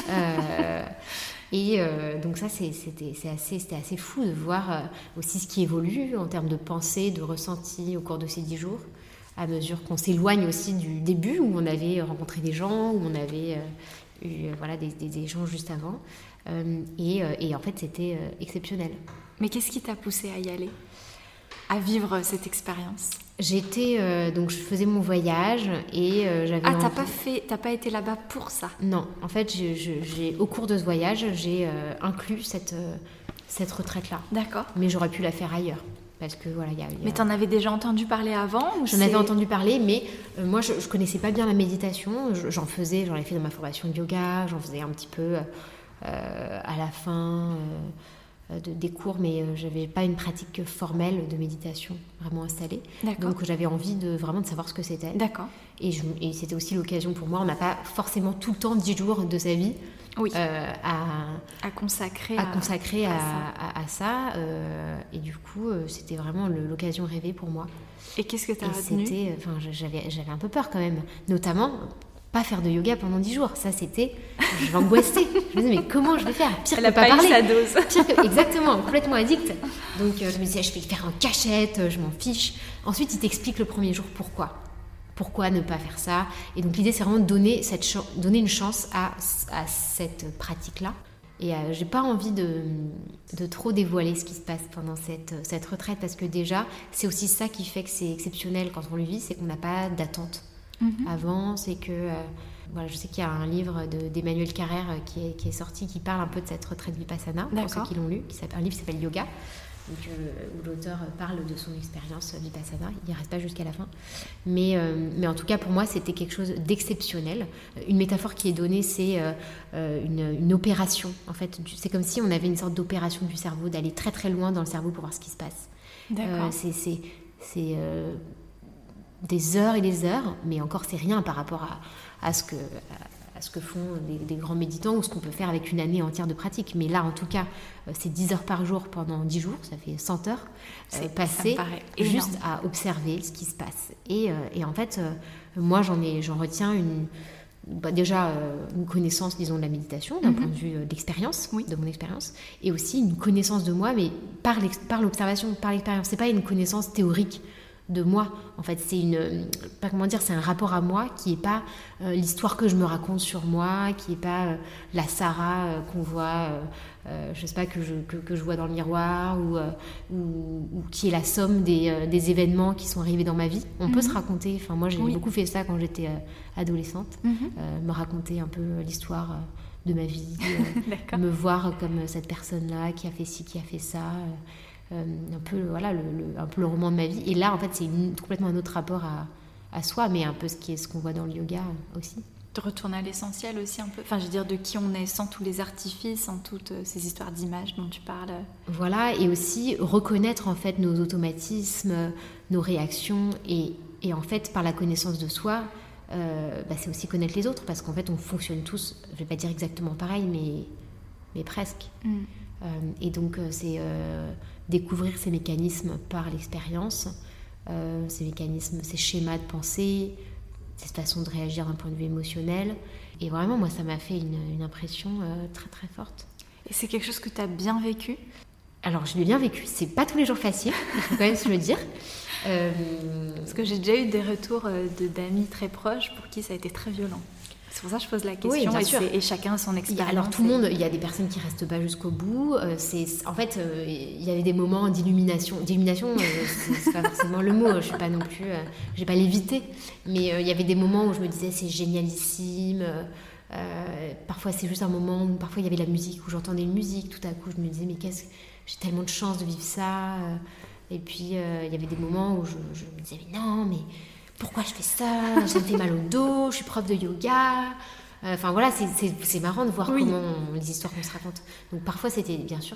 donc ça c'était assez fou de voir aussi ce qui évolue en termes de pensée, de ressenti au cours de ces 10 jours, à mesure qu'on s'éloigne aussi du début où on avait rencontré des gens, où on avait eu des échanges juste avant. Et en fait, c'était exceptionnel. Mais qu'est-ce qui t'a poussé à y aller, à vivre cette expérience? Donc je faisais mon voyage et j'avais... Ah, t'as pas été là-bas pour ça? Non, en fait, au cours de ce voyage, j'ai inclus cette retraite-là. D'accord. Mais j'aurais pu la faire ailleurs. Parce que voilà, Mais t'en avais déjà entendu parler avant ou J'en avais entendu parler, mais moi je connaissais pas bien la méditation. J'en ai fait dans ma formation de yoga, j'en faisais un petit peu à la fin des cours, mais j'avais pas une pratique formelle de méditation vraiment installée. D'accord. Donc j'avais envie de savoir ce que c'était. D'accord. Et c'était aussi l'occasion pour moi, on n'a pas forcément tout le temps 10 jours de sa vie. Oui. À consacrer à ça. Et du coup, c'était vraiment l'occasion rêvée pour moi. Et qu'est-ce que tu as retenu? J'avais un peu peur quand même. Notamment, pas faire de yoga pendant 10 jours. Ça, je l'angoissais. Je me disais, mais comment je vais faire? Pire que pas parler. Sa dose. Exactement, complètement addict. Donc, je me disais, je vais le faire en cachette, je m'en fiche. Ensuite, il t'explique le premier jour pourquoi. Pourquoi ne pas faire ça? Et donc l'idée, c'est vraiment de donner une chance à cette pratique-là. Et j'ai pas envie de trop dévoiler ce qui se passe pendant cette retraite, parce que déjà, c'est aussi ça qui fait que c'est exceptionnel quand on le vit, c'est qu'on n'a pas d'attente avant. C'est que je sais qu'il y a un livre d'Emmanuel Carrère qui est sorti, qui parle un peu de cette retraite Vipassana, pour ceux qui l'ont lu, un livre qui s'appelle Yoga. Donc, où l'auteur parle de son expérience Vipassana. Il n'y reste pas jusqu'à la fin. Mais en tout cas, pour moi, c'était quelque chose d'exceptionnel. Une métaphore qui est donnée, c'est une opération. En fait, c'est comme si on avait une sorte d'opération du cerveau, d'aller très très loin dans le cerveau pour voir ce qui se passe. D'accord. C'est des heures et des heures, mais encore, c'est rien par rapport à ce ce que font des grands méditants ou ce qu'on peut faire avec une année entière de pratique. Mais là, en tout cas, c'est 10 heures par jour pendant 10 jours, ça fait 100 heures passées juste à observer ce qui se passe. Et en fait, moi, j'en retiens déjà une connaissance, disons, de la méditation, d'un point de vue d'expérience, de mon expérience, et aussi une connaissance de moi, mais par l'observation, par l'expérience. C'est pas une connaissance théorique de moi, en fait, c'est un rapport à moi qui est pas l'histoire que je me raconte sur moi, qui est pas la Sarah qu'on voit, je sais pas, que je vois dans le miroir, ou qui est la somme des événements qui sont arrivés dans ma vie. On peut se raconter, enfin moi j'ai beaucoup fait ça quand j'étais adolescente, me raconter un peu l'histoire de ma vie, me voir comme cette personne-là qui a fait ci, qui a fait ça, un peu le roman de ma vie. Et là en fait c'est complètement un autre rapport à soi, mais un peu ce qu'on voit dans le yoga aussi. De retourner à l'essentiel aussi un peu, enfin je veux dire de qui on est sans tous les artifices, sans toutes ces histoires d'images dont tu parles. Voilà, et aussi reconnaître en fait nos automatismes, nos réactions, et en fait par la connaissance de soi, c'est aussi connaître les autres, parce qu'en fait on fonctionne tous, je vais pas dire exactement pareil, mais presque. Et donc c'est découvrir ces mécanismes par l'expérience, ces mécanismes, ces schémas de pensée, cette façon de réagir d'un point de vue émotionnel. Et vraiment, moi, ça m'a fait une impression très, très forte. Et c'est quelque chose que tu as bien vécu ? Alors, je l'ai bien vécu. C'est pas tous les jours facile, il faut quand même se le dire. Parce que j'ai déjà eu des retours d'amis très proches pour qui ça a été très violent. C'est pour ça que je pose la question. Oui, bien sûr. Et chacun a son expérience. Alors tout le monde, il y a des personnes qui restent pas jusqu'au bout. En fait, il y avait des moments d'illumination. D'illumination, c'est pas forcément le mot. Je suis pas non plus, je vais pas l'éviter. Mais il y avait des moments où je me disais c'est génialissime. Parfois c'est juste un moment où parfois il y avait la musique, où j'entendais une musique. Tout à coup, je me disais mais j'ai tellement de chance de vivre ça. Et puis il y avait des moments où je me disais mais non, mais pourquoi je fais ça, ça me fait mal au dos, je suis prof de yoga. Enfin voilà, c'est marrant de voir comment les histoires qu'on se raconte. Donc parfois c'était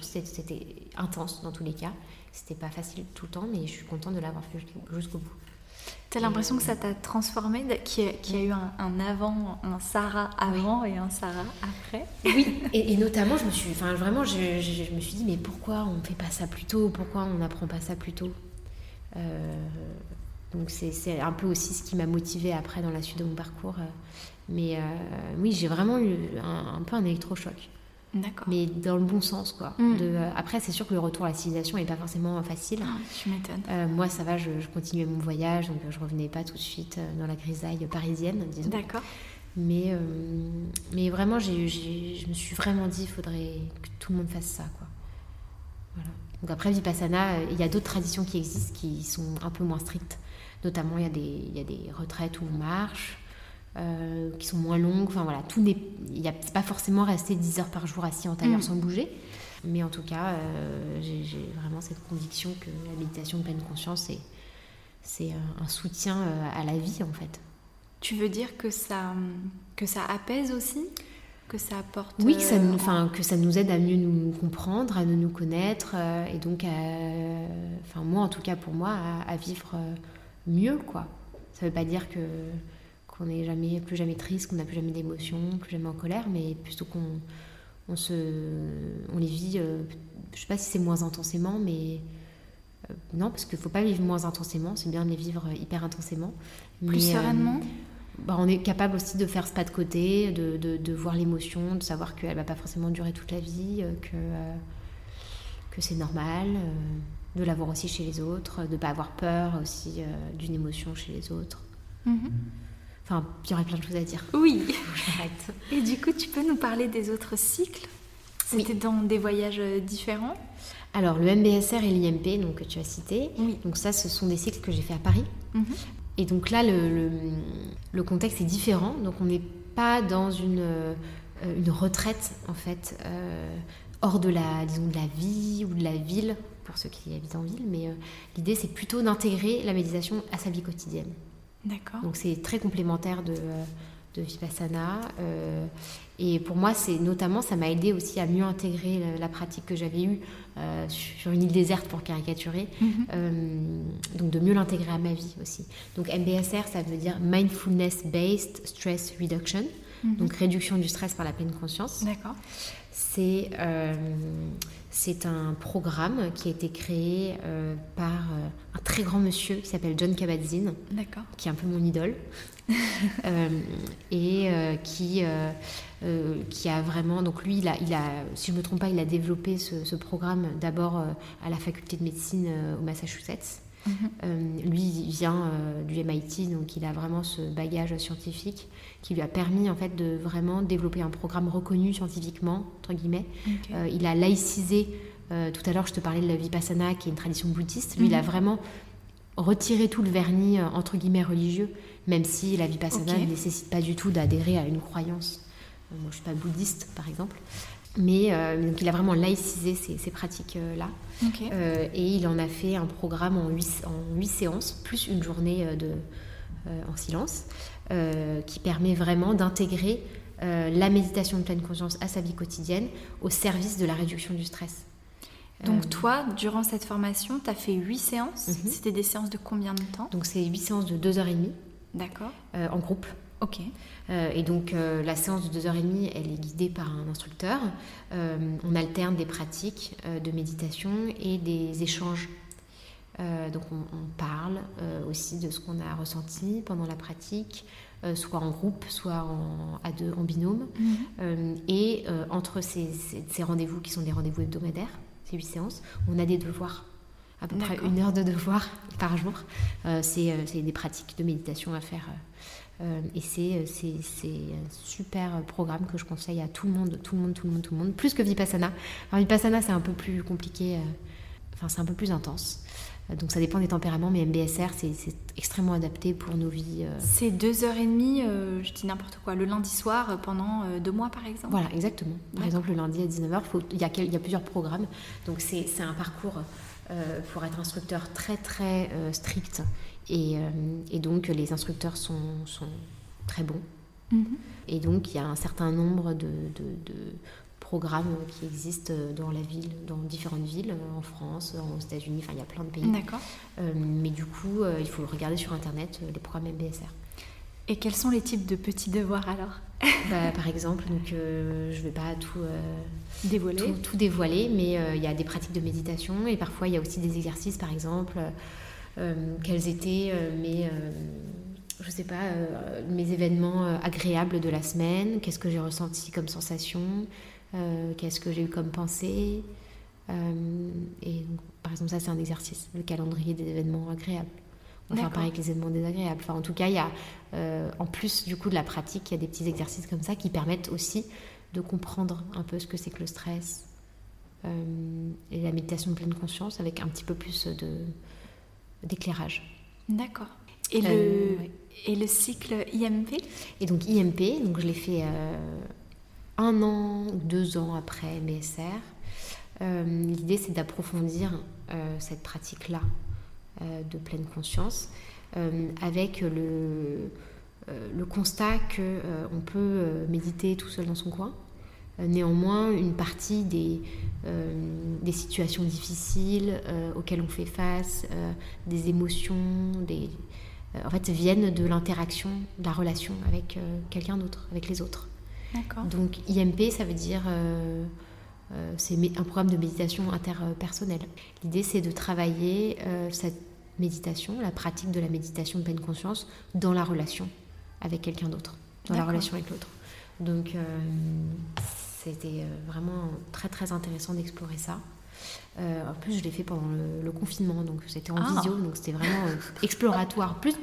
intense dans tous les cas. C'était pas facile tout le temps, mais je suis contente de l'avoir fait jusqu'au bout. T'as l'impression que ça t'a transformée, qu'il y a eu un avant, un Sarah avant et un Sarah après ? Oui, et notamment je me suis dit mais pourquoi on fait pas ça plus tôt ? Pourquoi on n'apprend pas ça plus tôt ? Donc c'est un peu aussi ce qui m'a motivée après dans la suite de mon parcours. Mais oui, j'ai vraiment eu un peu un électrochoc. D'accord. Mais dans le bon sens, quoi. Après, c'est sûr que le retour à la civilisation n'est pas forcément facile. Tu m'étonnes. Moi, ça va, je continuais mon voyage, donc je revenais pas tout de suite dans la grisaille parisienne, disons. D'accord. Mais vraiment, je me suis vraiment dit, il faudrait que tout le monde fasse ça, quoi. Voilà. Donc après Vipassana, il y a d'autres traditions qui existent qui sont un peu moins strictes. Notamment, il y a des retraites où on marche, qui sont moins longues. Enfin voilà, c'est pas forcément rester 10 heures par jour assis en tailleur sans bouger. Mais en tout cas, j'ai vraiment cette conviction que la méditation de pleine conscience, c'est un soutien à la vie, en fait. Tu veux dire que ça apaise aussi ? Que ça apporte... Oui, que ça nous aide à mieux nous comprendre, à nous connaître, et donc, moi, en tout cas pour moi, à vivre mieux, quoi. Ça veut pas dire qu'on n'est plus jamais triste, qu'on n'a plus jamais d'émotions, plus jamais en colère, mais plutôt qu'on les vit, je sais pas si c'est moins intensément, mais non, parce qu'il faut pas vivre moins intensément, c'est bien de les vivre hyper intensément. Plus sereinement. On est capable aussi de faire ce pas de côté, de voir l'émotion, de savoir qu'elle va pas forcément durer toute la vie, que c'est normal, de l'avoir aussi chez les autres, de pas avoir peur aussi d'une émotion chez les autres. Enfin, il y aurait plein de choses à dire. Oui. J'arrête. Et du coup, tu peux nous parler des autres cycles ? C'était dans des voyages différents ? Alors, le MBSR et l'IMP, donc, que tu as cité, donc ça, ce sont des cycles que j'ai fait à Paris. Et donc là, le contexte est différent. Donc, on n'est pas dans une retraite, en fait, hors de la vie ou de la ville, pour ceux qui habitent en ville. Mais l'idée, c'est plutôt d'intégrer la méditation à sa vie quotidienne. D'accord. Donc, c'est très complémentaire de Vipassana. Et pour moi, notamment, ça m'a aidé aussi à mieux intégrer la pratique que j'avais eue sur une île déserte, pour caricaturer. Donc, de mieux l'intégrer à ma vie aussi. Donc, MBSR, ça veut dire Mindfulness Based Stress Reduction. Donc réduction du stress par la pleine conscience. D'accord. C'est un programme qui a été créé par un très grand monsieur qui s'appelle Jon Kabat-Zinn, D'accord. qui est un peu mon idole, et qui a vraiment... Donc lui, il a, si je ne me trompe pas, il a développé ce programme d'abord à la faculté de médecine au Massachusetts. Lui, il vient du MIT, donc il a vraiment ce bagage scientifique qui lui a permis en fait de vraiment développer un programme reconnu scientifiquement, entre guillemets. Okay. Il a laïcisé, tout à l'heure je te parlais de la Vipassana qui est une tradition bouddhiste, lui il a vraiment retiré tout le vernis entre guillemets religieux, même si la Vipassana ne nécessite pas du tout d'adhérer à une croyance. Moi je ne suis pas bouddhiste par exemple. Mais donc il a vraiment laïcisé ces pratiques-là. Okay. Et il en a fait un programme en 8 séances, plus une journée en silence, qui permet vraiment d'intégrer la méditation de pleine conscience à sa vie quotidienne au service de la réduction du stress. Donc toi, durant cette formation, tu as fait 8 séances. C'était des séances de combien de temps ? Donc c'est 8 séances de 2h30. D'accord. En groupe. Ok. Et donc la séance de 2h30, elle est guidée par un instructeur. On alterne des pratiques de méditation et des échanges. Donc on parle aussi de ce qu'on a ressenti pendant la pratique, soit en groupe, soit à deux, en binôme. Et entre ces rendez-vous qui sont des rendez-vous hebdomadaires, ces 8 séances, on a des devoirs. À peu près 1 heure de devoirs par jour. C'est des pratiques de méditation à faire. Et c'est un super programme que je conseille à tout le monde, plus que Vipassana. Alors Vipassana, c'est un peu plus compliqué, c'est un peu plus intense. Donc ça dépend des tempéraments, mais MBSR, c'est extrêmement adapté pour nos vies. C'est 2h30, je dis n'importe quoi, le lundi soir pendant 2 mois par exemple. Voilà, exactement. Par exemple, le lundi à 19h, il y a plusieurs programmes. Donc c'est un parcours pour être instructeur très très strict. Et donc les instructeurs sont très bons. Et donc il y a un certain nombre de programmes qui existent dans différentes villes, en France, aux États-Unis, il y a plein de pays. D'accord. Mais du coup, il faut regarder sur Internet les programmes MBSR. Et quels sont les types de petits devoirs alors ? Par exemple, donc, je ne vais pas tout dévoiler, mais il y a des pratiques de méditation et parfois il y a aussi des exercices, par exemple, quels étaient mes événements agréables de la semaine, qu'est-ce que j'ai ressenti comme sensation, qu'est-ce que j'ai eu comme pensée. Et donc, par exemple, ça c'est un exercice, le calendrier des événements agréables. On va faire pareil avec les événements désagréables. En tout cas, il y a, en plus du coup de la pratique, il y a des petits exercices comme ça qui permettent aussi de comprendre un peu ce que c'est que le stress et la méditation de pleine conscience avec un petit peu plus d'éclairage. D'accord. Et le cycle IMP ? Et donc IMP, donc je l'ai fait 1 an ou 2 ans après MBSR. L'idée, c'est d'approfondir cette pratique-là de pleine conscience avec le constat qu'on peut méditer tout seul dans son coin. Néanmoins, une partie des situations difficiles auxquelles on fait face, des émotions, en fait, viennent de l'interaction, de la relation avec quelqu'un d'autre, avec les autres. D'accord. Donc IMP, ça veut dire c'est un programme de méditation interpersonnelle. L'idée, c'est de travailler cette méditation, la pratique de la méditation de pleine conscience dans la relation avec quelqu'un d'autre, dans la relation avec l'autre. Donc c'était vraiment très très intéressant d'explorer ça. En plus, je l'ai fait pendant le confinement, donc c'était en visio, donc c'était vraiment exploratoire, plus.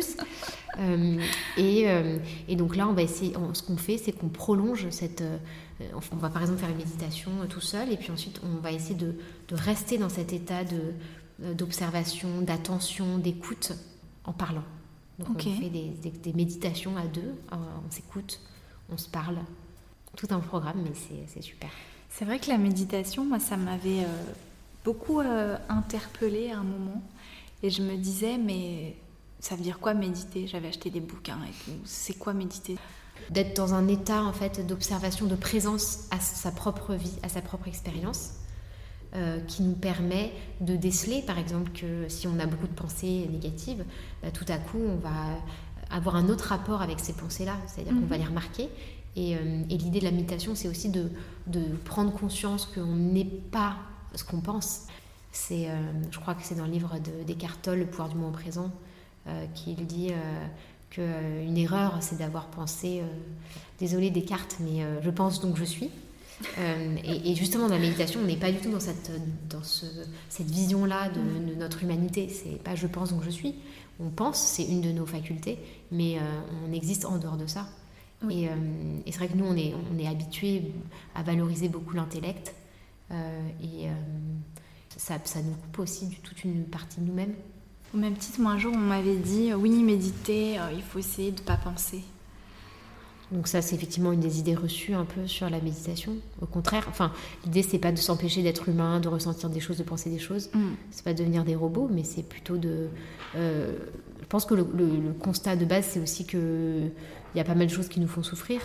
Et donc là, on va essayer. Ce qu'on fait, c'est qu'on prolonge on va par exemple faire une méditation tout seul, et puis ensuite, on va essayer de rester dans cet état d'observation, d'attention, d'écoute, en parlant. Donc on fait des méditations à 2, on s'écoute, on se parle. Tout un programme, mais c'est super. C'est vrai que la méditation, moi, ça m'avait beaucoup interpellée à un moment. Et je me disais, mais ça veut dire quoi méditer ? J'avais acheté des bouquins et tout. C'est quoi méditer ? D'être dans un état en fait, d'observation, de présence à sa propre vie, à sa propre expérience, qui nous permet de déceler, par exemple, que si on a beaucoup de pensées négatives, tout à coup, on va avoir un autre rapport avec ces pensées-là, c'est-à-dire qu'on va les remarquer. Et l'idée de la méditation, c'est aussi de prendre conscience qu'on n'est pas ce qu'on pense. Je crois que c'est dans le livre d'Eckhart Tolle, Le pouvoir du moment présent, qu'il dit qu'une erreur, c'est d'avoir pensé désolé Descartes, mais je pense donc je suis. Et justement, dans la méditation, on n'est pas du tout dans cette vision-là de notre humanité. C'est pas je pense donc je suis. On pense, c'est une de nos facultés, mais on existe en dehors de ça. Oui. Et c'est vrai que nous, on est habitués à valoriser beaucoup l'intellect, et ça nous coupe aussi toute une partie de nous-mêmes. Au même titre, moi un jour, on m'avait dit oui, méditer, il faut essayer de ne pas penser. Donc ça, c'est effectivement une des idées reçues un peu sur la méditation. Au contraire, l'idée, c'est pas de s'empêcher d'être humain, de ressentir des choses, de penser des choses. C'est pas de devenir des robots, mais c'est plutôt je pense que le constat de base, c'est aussi qu'il y a pas mal de choses qui nous font souffrir.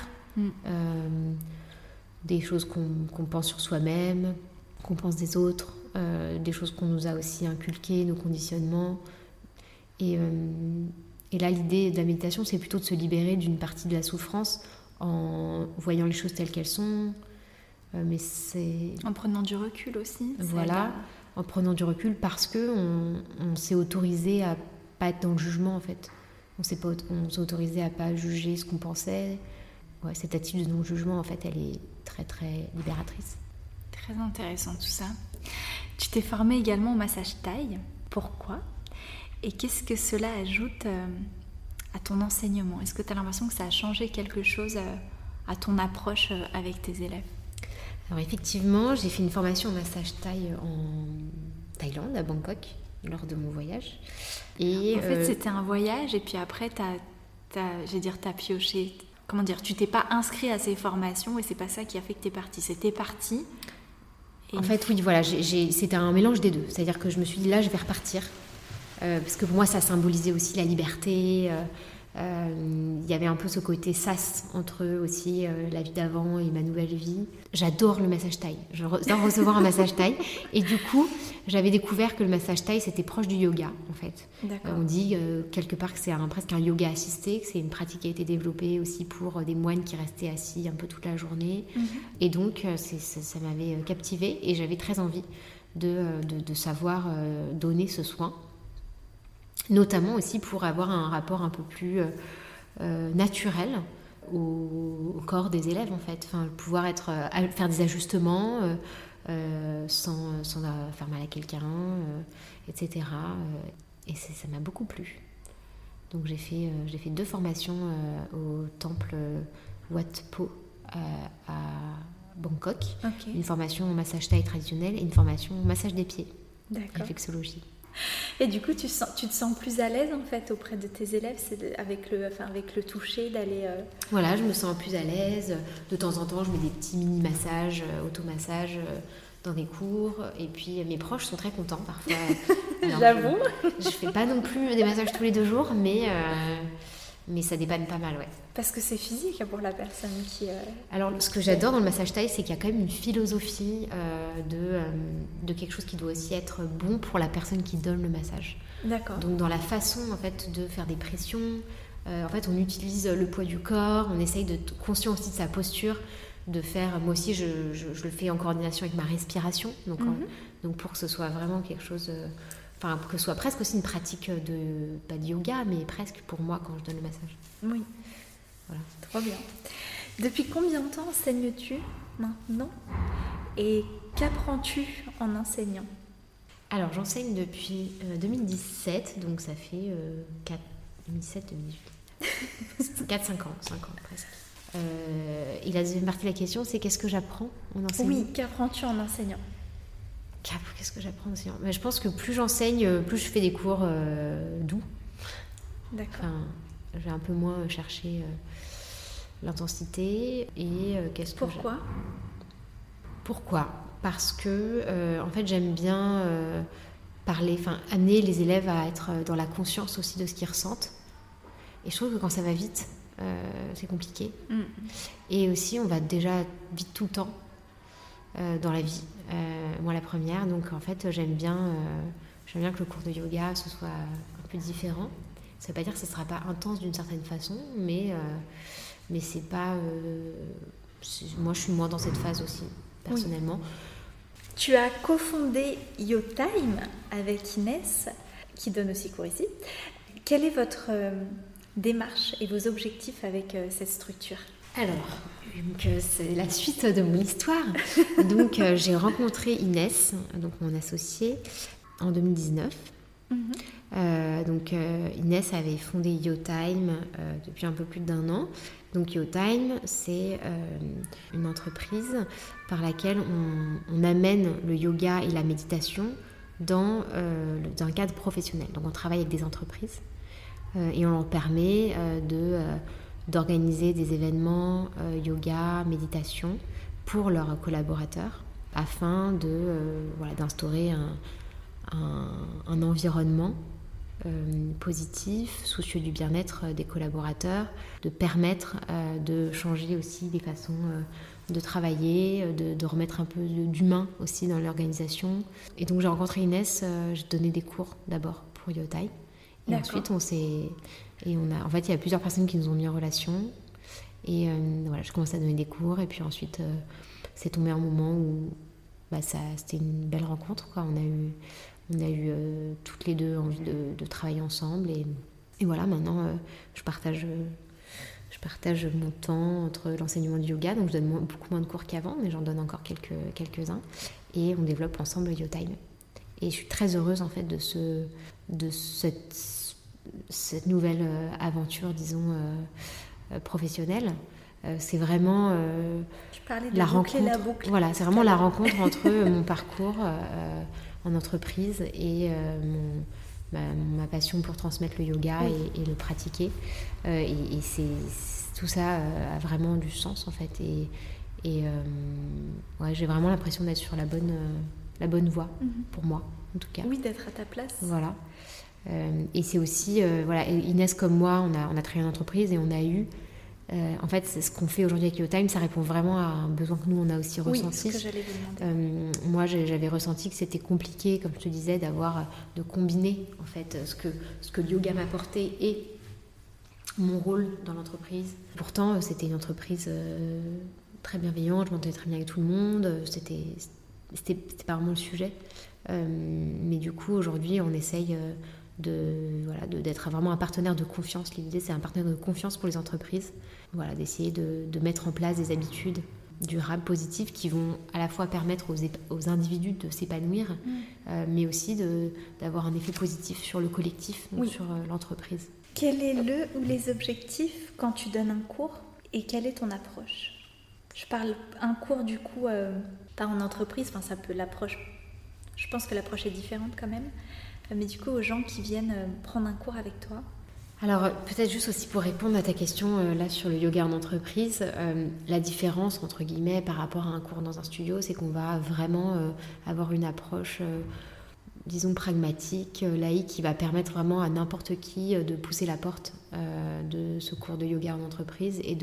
Des choses qu'on pense sur soi-même, qu'on pense des autres, des choses qu'on nous a aussi inculquées, nos conditionnements. Et là, l'idée de la méditation, c'est plutôt de se libérer d'une partie de la souffrance en voyant les choses telles qu'elles sont. Mais c'est... En prenant du recul aussi. Voilà, en prenant du recul parce qu'on s'est autorisé à pas être dans le jugement, en fait. On s'est autorisé à pas juger ce qu'on pensait. Ouais, cette attitude de non-jugement, en fait, elle est très, très libératrice. Très intéressant tout ça. Tu t'es formée également au massage thaï. Pourquoi ? Et qu'est-ce que cela ajoute à ton enseignement ? Est-ce que tu as l'impression que ça a changé quelque chose à ton approche avec tes élèves ? Alors effectivement, j'ai fait une formation en massage thaï en Thaïlande, à Bangkok, lors de mon voyage. Et en fait, c'était un voyage et puis après, t'as pioché. Comment dire ? Tu t'es pas inscrit à ces formations et c'est pas ça qui a fait que t'es partie. C'était parti. En fait, oui, voilà, c'était un mélange des deux. C'est-à-dire que je me suis dit, là, je vais repartir. Parce que pour moi, ça symbolisait aussi la liberté. Il y avait un peu ce côté sas entre eux aussi, la vie d'avant et ma nouvelle vie. J'adore le massage thaï. J'adore recevoir un massage thaï. Et du coup, j'avais découvert que le massage thaï, c'était proche du yoga, en fait. On dit quelque part que c'est presque un yoga assisté, que c'est une pratique qui a été développée aussi pour des moines qui restaient assis un peu toute la journée. Et donc, ça m'avait captivée et j'avais très envie de savoir donner ce soin. Notamment aussi pour avoir un rapport un peu plus naturel au corps des élèves, en fait. Pouvoir faire des ajustements sans faire mal à quelqu'un, etc. Et ça m'a beaucoup plu. Donc j'ai fait 2 formations au temple Wat Po à Bangkok. Okay. Une formation en massage thaï traditionnel et une formation en massage des pieds, réflexologie. Et du coup, tu te sens plus à l'aise en fait auprès de tes élèves, avec le toucher, d'aller... Voilà, je me sens plus à l'aise. De temps en temps, je mets des petits mini-massages, automassages dans des cours. Et puis, mes proches sont très contents parfois. Alors, j'avoue. Je fais pas non plus des massages tous les 2 jours, mais ça dépanne pas mal, ouais. Parce que c'est physique pour la personne qui... Alors, ce que j'adore dans le massage thaï, c'est qu'il y a quand même une philosophie de quelque chose qui doit aussi être bon pour la personne qui donne le massage. D'accord. Donc, dans la façon, en fait, de faire des pressions, en fait, on utilise le poids du corps, on essaye d'être conscient aussi de sa posture, de faire... Moi aussi, je le fais en coordination avec ma respiration, donc pour que ce soit vraiment quelque chose... que ce soit presque aussi une pratique pas de yoga, mais presque pour moi quand je donne le massage. Oui. Voilà. Trop bien. Depuis combien de temps enseignes-tu maintenant ? Et qu'apprends-tu en enseignant ? Alors, j'enseigne depuis 2017, donc ça fait 2017-2018. 4-5 ans, 5 ans presque. Et la deuxième partie de la question, c'est qu'est-ce que j'apprends en enseignant ? Oui, qu'apprends-tu en enseignant ? Qu'est-ce que j'apprends en enseignant ? Mais je pense que plus j'enseigne, plus je fais des cours doux. D'accord. J'ai un peu moins cherché l'intensité. Et Pourquoi ? Parce que, en fait, j'aime bien amener les élèves à être dans la conscience aussi de ce qu'ils ressentent. Et je trouve que quand ça va vite, c'est compliqué. Et aussi, on va déjà vite tout le temps dans la vie. Moi, la première. Donc, en fait, j'aime bien que le cours de yoga, ce soit un peu différent. Ça veut pas dire que ce sera pas intense d'une certaine façon, mais c'est pas... moi, je suis moins dans cette phase aussi, personnellement. Oui. Tu as cofondé YoTime avec Inès, qui donne aussi cours ici. Quelle est votre démarche et vos objectifs avec cette structure ? Alors, c'est la suite de mon histoire. Donc, j'ai rencontré Inès, donc mon associée, en 2019. Inès avait fondé YoTime depuis un peu plus d'1 an. Donc YoTime, c'est une entreprise par laquelle on amène le yoga et la méditation dans un cadre professionnel. Donc on travaille avec des entreprises et on leur permet d'organiser des événements yoga, méditation pour leurs collaborateurs afin d'instaurer un environnement positif, soucieux du bien-être des collaborateurs, de permettre de changer aussi des façons de travailler, de remettre un peu d'humain aussi dans l'organisation. Et donc j'ai rencontré Inès, j'ai donné des cours d'abord pour YoTime. Et ensuite en fait il y a plusieurs personnes qui nous ont mis en relation. Et je commençais à donner des cours et puis ensuite c'est tombé un moment où c'était une belle rencontre, quoi. On a eu toutes les deux envie de travailler ensemble et voilà, maintenant je partage mon temps entre l'enseignement du yoga, donc je donne beaucoup moins de cours qu'avant, mais j'en donne encore quelques-uns et on développe ensemble YoTime. Et je suis très heureuse en fait de cette nouvelle aventure, disons, professionnelle. C'est vraiment la rencontre. La boucle. Voilà, c'est vraiment la rencontre entre mon parcours en entreprise et ma passion pour transmettre le yoga et le pratiquer. Et tout ça a vraiment du sens en fait. Et j'ai vraiment l'impression d'être sur la bonne voie pour moi en tout cas. Oui, d'être à ta place. Voilà. Et c'est aussi, Inès comme moi, on a travaillé en entreprise et on a eu... en fait, c'est ce qu'on fait aujourd'hui avec YoTime, ça répond vraiment à un besoin que nous, on a aussi ressenti. Oui, c'est ce que j'allais vous demander. Moi, j'avais ressenti que c'était compliqué, comme je te disais, de combiner en fait ce que le yoga m'apportait et mon rôle dans l'entreprise. Pourtant, c'était une entreprise très bienveillante, je m'entendais très bien avec tout le monde, c'était pas vraiment le sujet. Mais du coup, aujourd'hui, on essaye... d'être vraiment un partenaire de confiance. L'idée, c'est un partenaire de confiance pour les entreprises. Voilà, d'essayer de mettre en place des habitudes durables, positives, qui vont à la fois permettre aux individus de s'épanouir, mais aussi d'avoir un effet positif sur le collectif, donc sur l'entreprise. Quel est le ou les objectifs quand tu donnes un cours et quelle est ton approche ? Je parle un cours du coup, pas en entreprise, ça peut l'approche. Je pense que l'approche est différente quand même. Mais du coup, aux gens qui viennent prendre un cours avec toi. Alors, peut-être juste aussi pour répondre à ta question là sur le yoga en entreprise, la différence, entre guillemets, par rapport à un cours dans un studio, c'est qu'on va vraiment avoir une approche, disons, pragmatique, laïque, qui va permettre vraiment à n'importe qui de pousser la porte de ce cours de yoga en entreprise et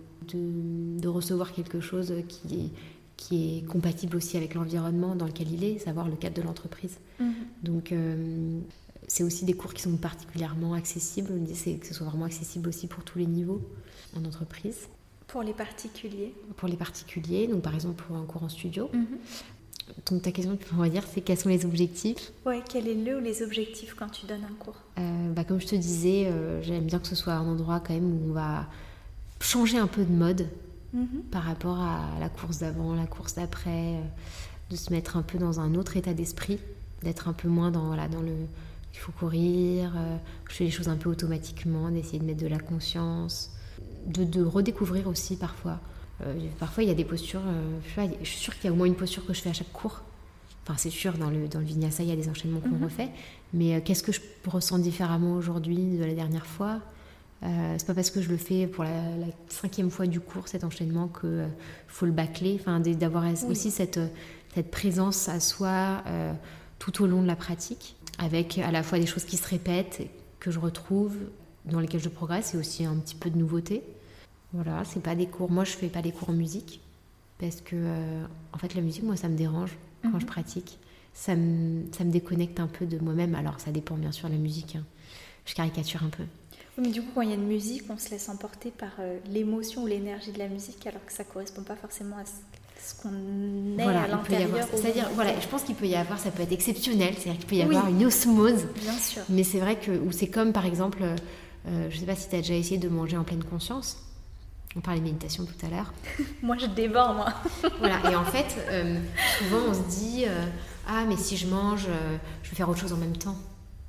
de recevoir quelque chose qui est compatible aussi avec l'environnement dans lequel il est, savoir le cadre de l'entreprise. Donc, c'est aussi des cours qui sont particulièrement accessibles. L'idée, c'est que ce soit vraiment accessible aussi pour tous les niveaux en entreprise. Pour les particuliers ? Pour les particuliers, donc par exemple pour un cours en studio. Donc ta question, on va dire, c'est quels sont les objectifs ? Ouais, quel est le ou les objectifs quand tu donnes un cours ? Comme je te disais, j'aime bien que ce soit un endroit quand même où on va changer un peu de mode par rapport à la course d'avant, la course d'après, de se mettre un peu dans un autre état d'esprit, d'être un peu moins dans le il faut courir, je fais les choses un peu automatiquement, d'essayer de mettre de la conscience, de redécouvrir aussi parfois. Parfois il y a des postures, je suis sûre qu'il y a au moins une posture que je fais à chaque cours. Enfin c'est sûr, dans le vinyasa il y a des enchaînements qu'on refait, mais qu'est-ce que je ressens différemment aujourd'hui de la dernière fois ? C'est pas parce que je le fais pour la 5e fois du cours, cet enchaînement, qu'il faut le bâcler, d'avoir aussi cette présence à soi tout au long de la pratique, avec à la fois des choses qui se répètent, que je retrouve, dans lesquelles je progresse, et aussi un petit peu de nouveauté. Voilà, c'est pas des cours. Moi, je fais pas des cours en musique, parce que en fait, la musique, moi, ça me dérange quand je pratique. Ça me déconnecte un peu de moi-même. Alors, ça dépend bien sûr de la musique, hein. Je caricature un peu. Oui, mais du coup, quand il y a une musique, on se laisse emporter par l'émotion ou l'énergie de la musique, alors que ça correspond pas forcément à ce qu'on est à l'intérieur. C'est-à-dire, voilà, je pense qu'il peut y avoir, ça peut être exceptionnel, c'est-à-dire qu'il peut y avoir une osmose. Bien sûr. Mais c'est vrai que, ou c'est comme par exemple, je sais pas si tu as déjà essayé de manger en pleine conscience. On parlait de méditation tout à l'heure. Moi, je déborde, moi. Voilà, et en fait, souvent on se dit, ah, mais si je mange, je vais faire autre chose en même temps.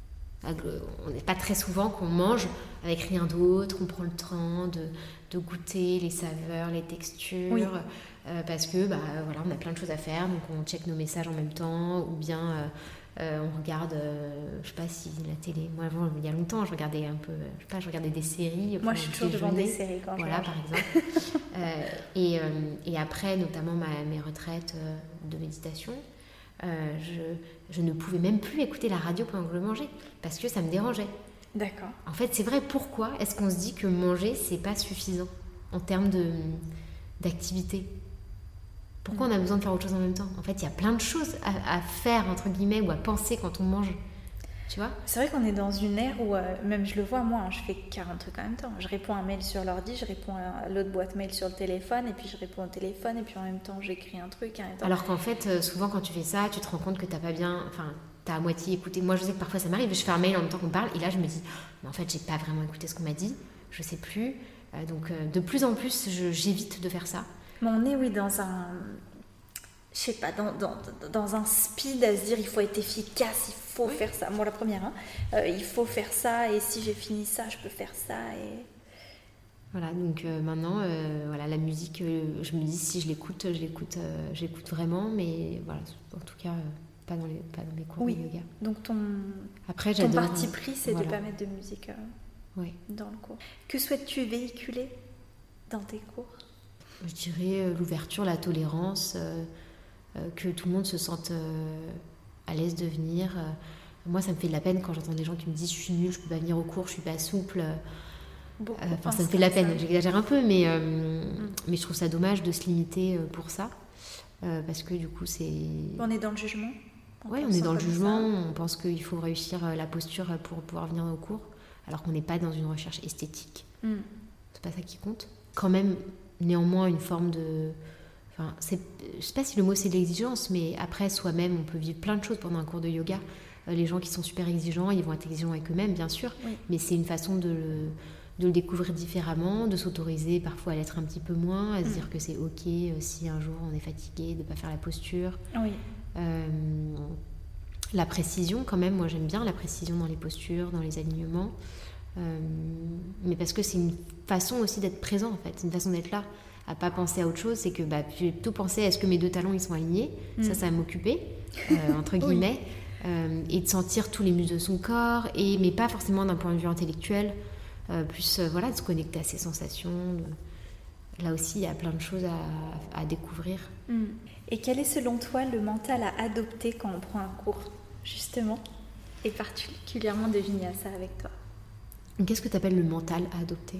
On n'est pas très souvent qu'on mange avec rien d'autre, on prend le temps de goûter les saveurs, les textures, parce que voilà, on a plein de choses à faire, donc on check nos messages en même temps, ou bien on regarde, je sais pas si la télé. Moi, avant, il y a longtemps, je regardais un peu, je sais pas, je regardais des séries. Moi, je suis toujours devant des séries quand je mange. Voilà, par exemple. Et après, notamment mes retraites de méditation. Je ne pouvais même plus écouter la radio pendant que je mangeais parce que ça me dérangeait. D'accord. En fait, c'est vrai, pourquoi est-ce qu'on se dit que manger, c'est pas suffisant en termes d'activité? Pourquoi on a besoin de faire autre chose en même temps? En fait, il y a plein de choses à faire, entre guillemets, ou à penser quand on mange. Tu vois? C'est vrai qu'on est dans une ère où, même je le vois moi, je fais 40 trucs en même temps. Je réponds à un mail sur l'ordi, je réponds à l'autre boîte mail sur le téléphone, et puis je réponds au téléphone, et puis en même temps j'écris un truc. Alors qu'en fait, souvent quand tu fais ça, tu te rends compte que t'as pas bien, enfin, t'as à moitié écouté. Moi, je sais que parfois ça m'arrive, je fais un mail en même temps qu'on parle, et là je me dis, mais en fait, j'ai pas vraiment écouté ce qu'on m'a dit, je sais plus. Donc de plus en plus, j'évite de faire ça. Mais on est, dans un... Je sais pas, dans un speed à se dire il faut être efficace, il faut faire ça. Moi, la première, il faut faire ça, et si j'ai fini ça, je peux faire ça. Et... Voilà, donc maintenant, voilà, la musique, je me dis si je l'écoute, j'écoute vraiment, mais voilà, en tout cas, pas dans mes cours de yoga. Donc ton parti pris, c'est de ne pas mettre de musique dans le cours. Que souhaites-tu véhiculer dans tes cours? Je dirais l'ouverture, la tolérance, que tout le monde se sente à l'aise de venir. Moi, ça me fait de la peine quand j'entends des gens qui me disent je suis nulle, je peux pas venir au cours, je suis pas souple. Ça me fait de la peine, j'exagère un peu, mais je trouve ça dommage de se limiter pour ça, parce que du coup c'est... On est dans le jugement. Oui, on est dans le jugement, on pense qu'il faut réussir la posture pour pouvoir venir au cours, alors qu'on n'est pas dans une recherche esthétique. C'est pas ça qui compte. Quand même, néanmoins, une forme de... Enfin, je sais pas si le mot c'est l'exigence, mais après, soi-même, on peut vivre plein de choses pendant un cours de yoga. Les gens qui sont super exigeants, ils vont être exigeants avec eux-mêmes, bien sûr, mais c'est une façon de le découvrir différemment, de s'autoriser parfois à l'être un petit peu moins, à se dire que c'est ok si un jour on est fatigué, de ne pas faire la posture. La précision quand même, moi j'aime bien la précision dans les postures, dans les alignements, mais parce que c'est une façon aussi d'être présent en fait, c'est une façon d'être là, à pas penser à autre chose, c'est que je vais plutôt penser à est-ce que mes deux talons ils sont alignés, ça va m'occuper, entre guillemets, et de sentir tous les muscles de son corps, mais pas forcément d'un point de vue intellectuel, plus voilà, de se connecter à ses sensations. Là aussi, il y a plein de choses à découvrir. Et quel est selon toi le mental à adopter quand on prend un cours, justement, et particulièrement de vinyasa avec toi? Qu'est-ce que tu appelles le mental à adopter?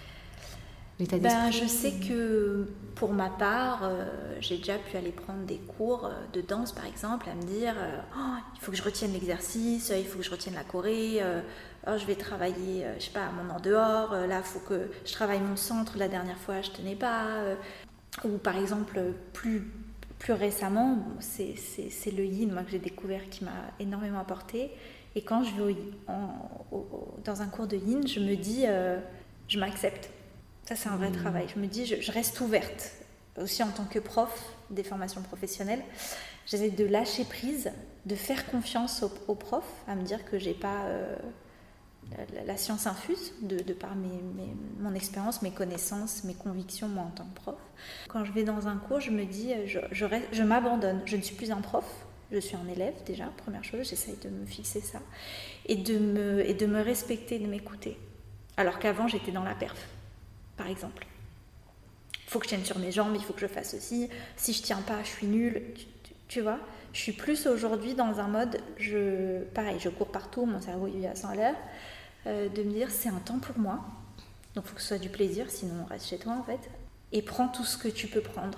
Je sais que pour ma part, j'ai déjà pu aller prendre des cours de danse par exemple, à me dire il faut que je retienne l'exercice, il faut que je retienne la choré, je vais travailler, je sais pas, mon en dehors, là il faut que je travaille mon centre, la dernière fois je tenais pas, ou par exemple plus récemment, c'est le yin moi, que j'ai découvert qui m'a énormément apporté, et quand je vais dans un cours de yin, je me dis je m'accepte. Ça, c'est un vrai travail. Je me dis, je reste ouverte. Aussi, en tant que prof des formations professionnelles, j'essaie de lâcher prise, de faire confiance aux profs, à me dire que je n'ai pas la science infuse, de par mon expérience, mes connaissances, mes convictions, moi, en tant que prof. Quand je vais dans un cours, je me dis, je m'abandonne. Je ne suis plus un prof, je suis un élève, déjà, première chose. J'essaie de me fixer ça. Et de me respecter, de m'écouter. Alors qu'avant, j'étais dans la perf. Par exemple, il faut que je tienne sur mes jambes, il faut que je fasse ceci, si je tiens pas, je suis nulle, tu vois. Je suis plus aujourd'hui dans un mode, pareil, je cours partout, mon cerveau il est à 100 à l'heure, de me dire c'est un temps pour moi, donc il faut que ce soit du plaisir, sinon on reste chez toi en fait, et prends tout ce que tu peux prendre.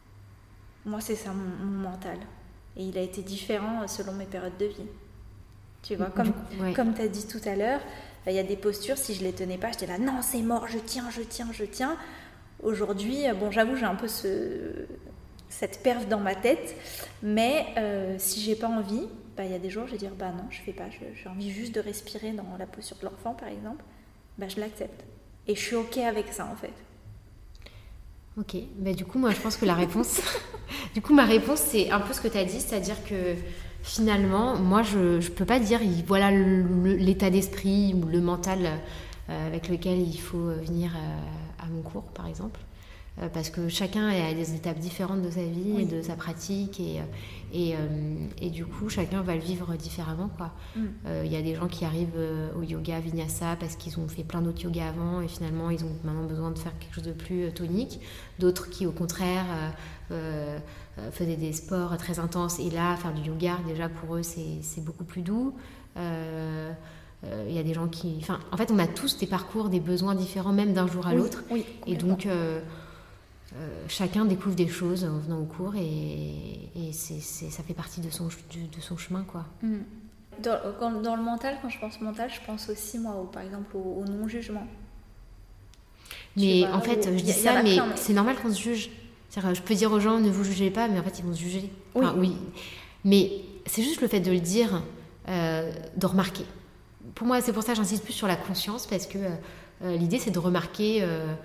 Moi c'est ça mon mental, et il a été différent selon mes périodes de vie. Tu vois, Ouais. comme tu as dit tout à l'heure, il y a des postures, si je les tenais pas, j'étais là, non, c'est mort, je tiens. Aujourd'hui, bon, j'avoue, j'ai un peu cette perf dans ma tête, mais si j'ai pas envie, il y a des jours, je vais dire, non, je fais pas, j'ai envie juste de respirer dans la posture de l'enfant, par exemple, je l'accepte. Et je suis OK avec ça, en fait. Ok, du coup, moi, je pense que la réponse... ma réponse, c'est un peu ce que tu as dit, c'est-à-dire que finalement, moi, je peux pas dire, voilà l'état d'esprit ou le mental avec lequel il faut venir à mon cours, par exemple. Parce que chacun a des étapes différentes de sa vie et de sa pratique et du coup chacun va le vivre différemment quoi. Y a des gens qui arrivent au yoga vinyasa parce qu'ils ont fait plein d'autres yogas avant et finalement ils ont maintenant besoin de faire quelque chose de plus tonique, d'autres qui au contraire faisaient des sports très intenses et là faire du yoga déjà pour eux c'est beaucoup plus doux. Il y a des gens qui... en fait on a tous des parcours, des besoins différents même d'un jour à l'autre et donc chacun découvre des choses en venant au cours et ça fait partie de son chemin quoi. Dans le mental, quand je pense mental, je pense aussi moi par exemple au non-jugement. Mais en fait je dis ça mais c'est normal qu'on se juge. C'est-à-dire, je peux dire aux gens ne vous jugez pas mais en fait ils vont se juger. Oui. Mais c'est juste le fait de le dire, de remarquer. Pour moi c'est pour ça que j'insiste plus sur la conscience parce que l'idée c'est de remarquer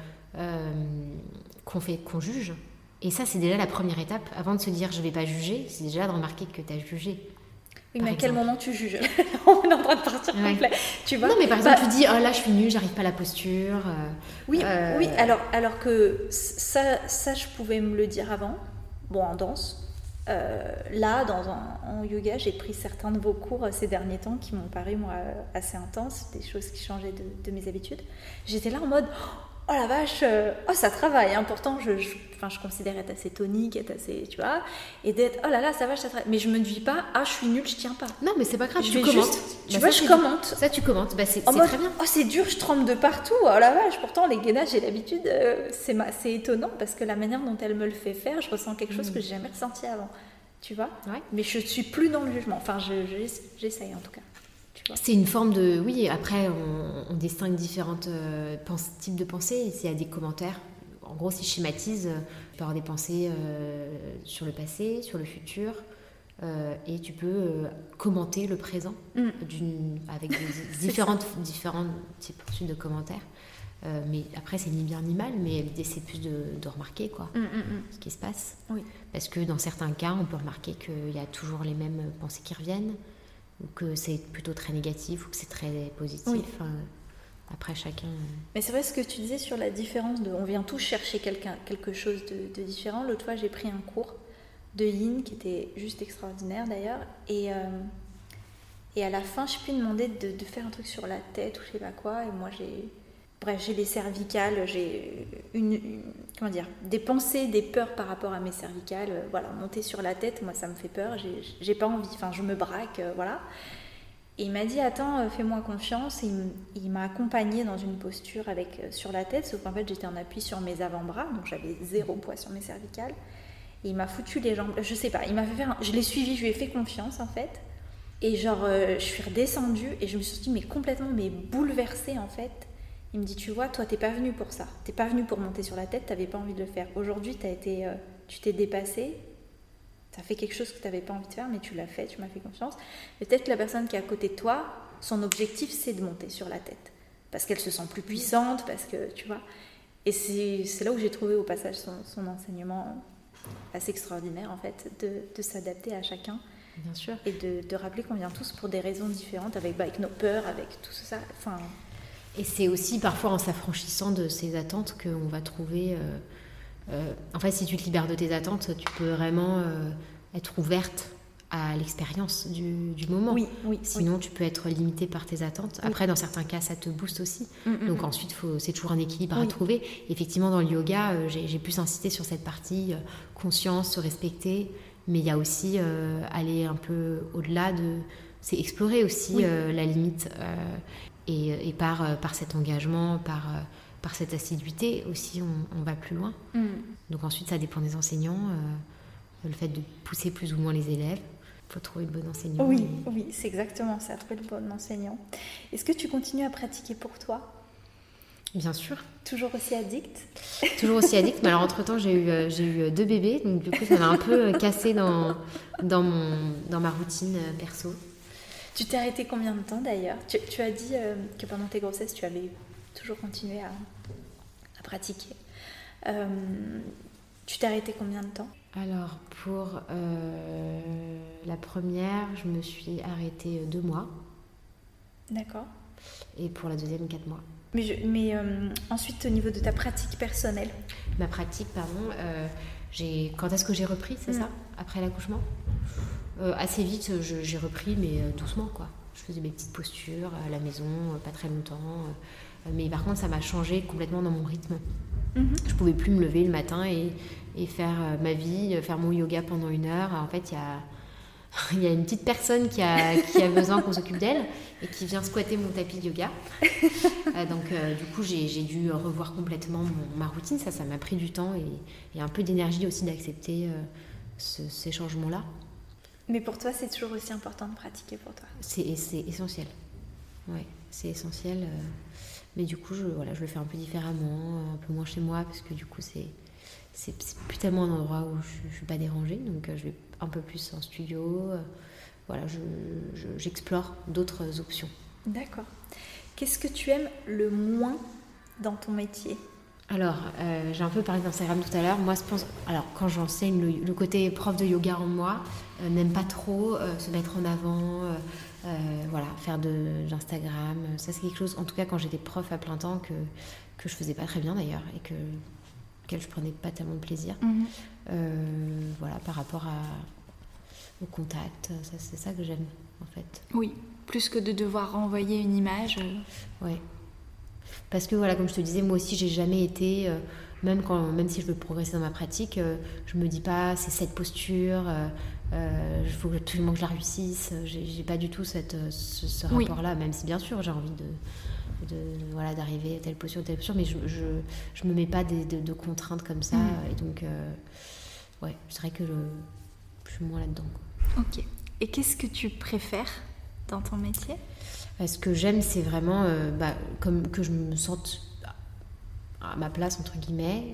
qu'on juge. Et ça, c'est déjà la première étape. Avant de se dire je vais pas juger, c'est déjà de remarquer que tu as jugé. Oui, mais à quel moment tu juges? On est en train de partir complet. Tu vois, non, mais par exemple, tu dis oh là, je suis nulle, j'arrive pas à la posture. Oui, alors que ça, je pouvais me le dire avant. Bon, en danse. Là, en yoga, j'ai pris certains de vos cours ces derniers temps qui m'ont paru, moi, assez intenses, des choses qui changeaient de mes habitudes. J'étais là en mode oh la vache, ça travaille, hein. Pourtant je considère être assez tonique, être assez, tu vois, et d'être oh là là, ça va, ça travaille. Mais je me dis pas, je suis nulle, je tiens pas. Non, mais c'est pas grave, tu commentes. Je commente. Ça, tu commentes, c'est très bien. Oh, c'est dur, je tremble de partout, oh la vache. Pourtant, les gainages, j'ai l'habitude, c'est étonnant parce que la manière dont elle me le fait faire, je ressens quelque chose que j'ai jamais ressenti avant, tu vois. Ouais. Mais je suis plus dans le jugement, j'essaye en tout cas. C'est une forme de... Oui, après, on distingue différents types de pensées. S'il y a des commentaires, en gros, si je schématise, tu peux avoir des pensées sur le passé, sur le futur, et tu peux commenter le présent avec différents types de commentaires. Mais après, c'est ni bien ni mal, mais l'idée, c'est plus de remarquer quoi, ce qui se passe. Oui. Parce que dans certains cas, on peut remarquer qu'il y a toujours les mêmes pensées qui reviennent, ou que c'est plutôt très négatif ou que c'est très positif. Oui. Après chacun... Mais c'est vrai ce que tu disais sur la différence on vient tous chercher quelque chose de différent. L'autre fois j'ai pris un cours de yin qui était juste extraordinaire d'ailleurs et à la fin je suis demandé de faire un truc sur la tête ou je sais pas quoi et moi j'ai des cervicales, j'ai des pensées, des peurs par rapport à mes cervicales, monter sur la tête, moi ça me fait peur, j'ai pas envie, je me braque, voilà. Et il m'a dit attends, fais-moi confiance, et il m'a accompagnée dans une posture sur la tête, sauf qu'en fait j'étais en appui sur mes avant-bras, donc j'avais 0 poids sur mes cervicales, et il m'a foutu les jambes, je sais pas, il m'a fait faire, je l'ai suivi, je lui ai fait confiance en fait, et je suis redescendue, et je me suis dit complètement bouleversée en fait. Il me dit, tu vois, toi, t'es pas venu pour ça. T'es pas venu pour monter sur la tête, t'avais pas envie de le faire. Aujourd'hui, tu t'es dépassé, t'as fait quelque chose que t'avais pas envie de faire, mais tu l'as fait, tu m'as fait confiance. Peut-être que la personne qui est à côté de toi, son objectif, c'est de monter sur la tête. Parce qu'elle se sent plus puissante, parce que, tu vois. Et c'est là où j'ai trouvé au passage son enseignement assez extraordinaire, en fait, de s'adapter à chacun. Bien sûr. Et de rappeler qu'on vient tous pour des raisons différentes, avec nos peurs, avec tout ça. Enfin... Et c'est aussi parfois en s'affranchissant de ces attentes qu'on va trouver... en fait, si tu te libères de tes attentes, tu peux vraiment être ouverte à l'expérience du moment. Oui, Sinon, tu peux être limitée par tes attentes. Après, dans certains cas, ça te booste aussi. Donc ensuite, c'est toujours un équilibre à trouver. Effectivement, dans le yoga, j'ai plus insisté sur cette partie conscience, se respecter. Mais il y a aussi aller un peu au-delà de... C'est explorer aussi la limite. Et par cet engagement, par cette assiduité aussi, on va plus loin. Donc ensuite, ça dépend des enseignants, le fait de pousser plus ou moins les élèves. faut trouver le bon enseignant. Oui, oui, c'est exactement ça, trouver le bon enseignant. Est-ce que tu continues à pratiquer pour toi ? Bien sûr. Toujours aussi addict ? Toujours aussi addict, mais alors entre-temps, j'ai eu 2 bébés, donc du coup, ça m'a un peu cassé dans ma routine perso. Tu t'es arrêtée combien de temps d'ailleurs ? Tu as dit que pendant tes grossesses, tu avais toujours continué à pratiquer. Tu t'es arrêtée combien de temps ? Alors, pour la première, je me suis arrêtée 2 mois. D'accord. Et pour la deuxième, 4 mois. Mais ensuite, au niveau de ta pratique personnelle ? Ma pratique, pardon, quand est-ce que j'ai repris, c'est ça ? Après l'accouchement ? Assez vite, j'ai repris, mais doucement, quoi. Je faisais mes petites postures à la maison, pas très longtemps. Mais par contre, ça m'a changé complètement dans mon rythme. Je pouvais plus me lever le matin et faire ma vie, faire mon yoga pendant 1 heure. En fait, il y a une petite personne qui a besoin qu'on s'occupe d'elle et qui vient squatter mon tapis de yoga. Donc, du coup, j'ai dû revoir complètement ma routine. Ça m'a pris du temps et un peu d'énergie aussi d'accepter ces changements-là. Mais pour toi, c'est toujours aussi important de pratiquer pour toi ? C'est essentiel. Ouais, c'est essentiel. Mais du coup, je le fais un peu différemment, un peu moins chez moi, parce que du coup, c'est plus tellement un endroit où je ne suis pas dérangée. Donc, je vais un peu plus en studio. J'explore d'autres options. D'accord. Qu'est-ce que tu aimes le moins dans ton métier ? Alors, j'ai un peu parlé d'Instagram tout à l'heure. Moi, je pense, alors quand j'enseigne, le côté prof de yoga en moi n'aime pas trop se mettre en avant, faire de l'Instagram. Ça, c'est quelque chose, en tout cas, quand j'étais prof à plein temps, que je faisais pas très bien d'ailleurs et auquel je prenais pas tellement de plaisir. Par rapport au contact, c'est ça que j'aime en fait. Oui, plus que de devoir renvoyer une image. Ouais. Parce que comme je te disais, moi aussi j'ai jamais été, même si je veux progresser dans ma pratique, je me dis pas c'est cette posture, il faut absolument que je la réussisse. J'ai pas du tout ce rapport-là, même si bien sûr j'ai envie d'arriver à telle posture, mais je me mets pas de contraintes comme ça. Et donc, je dirais que je suis moins là-dedans, quoi. Ok. Et qu'est-ce que tu préfères dans ton métier ? Ce que j'aime, c'est vraiment comme que je me sente à ma place, entre guillemets,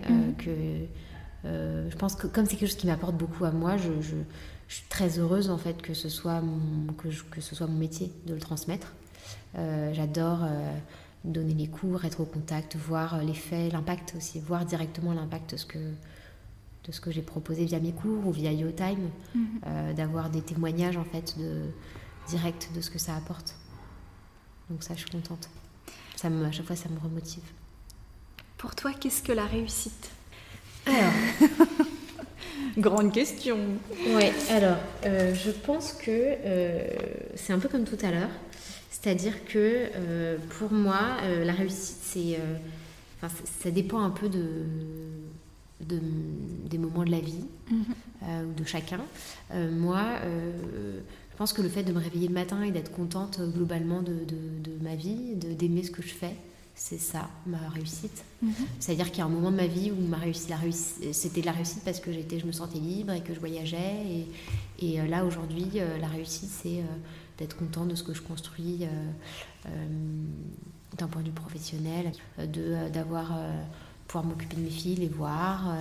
je pense que comme c'est quelque chose qui m'apporte beaucoup à moi, je suis très heureuse en fait que ce soit mon métier de le transmettre. J'adore donner les cours, être au contact, voir l'effet, l'impact aussi, voir directement l'impact de ce que j'ai proposé via mes cours ou via YoTime, d'avoir des témoignages en fait direct de ce que ça apporte. Donc ça, je suis contente. À chaque fois, ça me remotive. Pour toi, qu'est-ce que la réussite ? Alors, grande question. Ouais, alors, je pense que c'est un peu comme tout à l'heure. C'est-à-dire que pour moi, la réussite, ça dépend un peu des moments de la vie ou de chacun. Moi, je pense que le fait de me réveiller le matin et d'être contente globalement de ma vie, d'aimer ce que je fais, c'est ça, ma réussite. C'est-à-dire qu'il y a un moment de ma vie où c'était de la réussite parce que je me sentais libre et que je voyageais. Et là, aujourd'hui, la réussite, c'est d'être contente de ce que je construis d'un point de vue professionnel, pouvoir m'occuper de mes filles, les voir,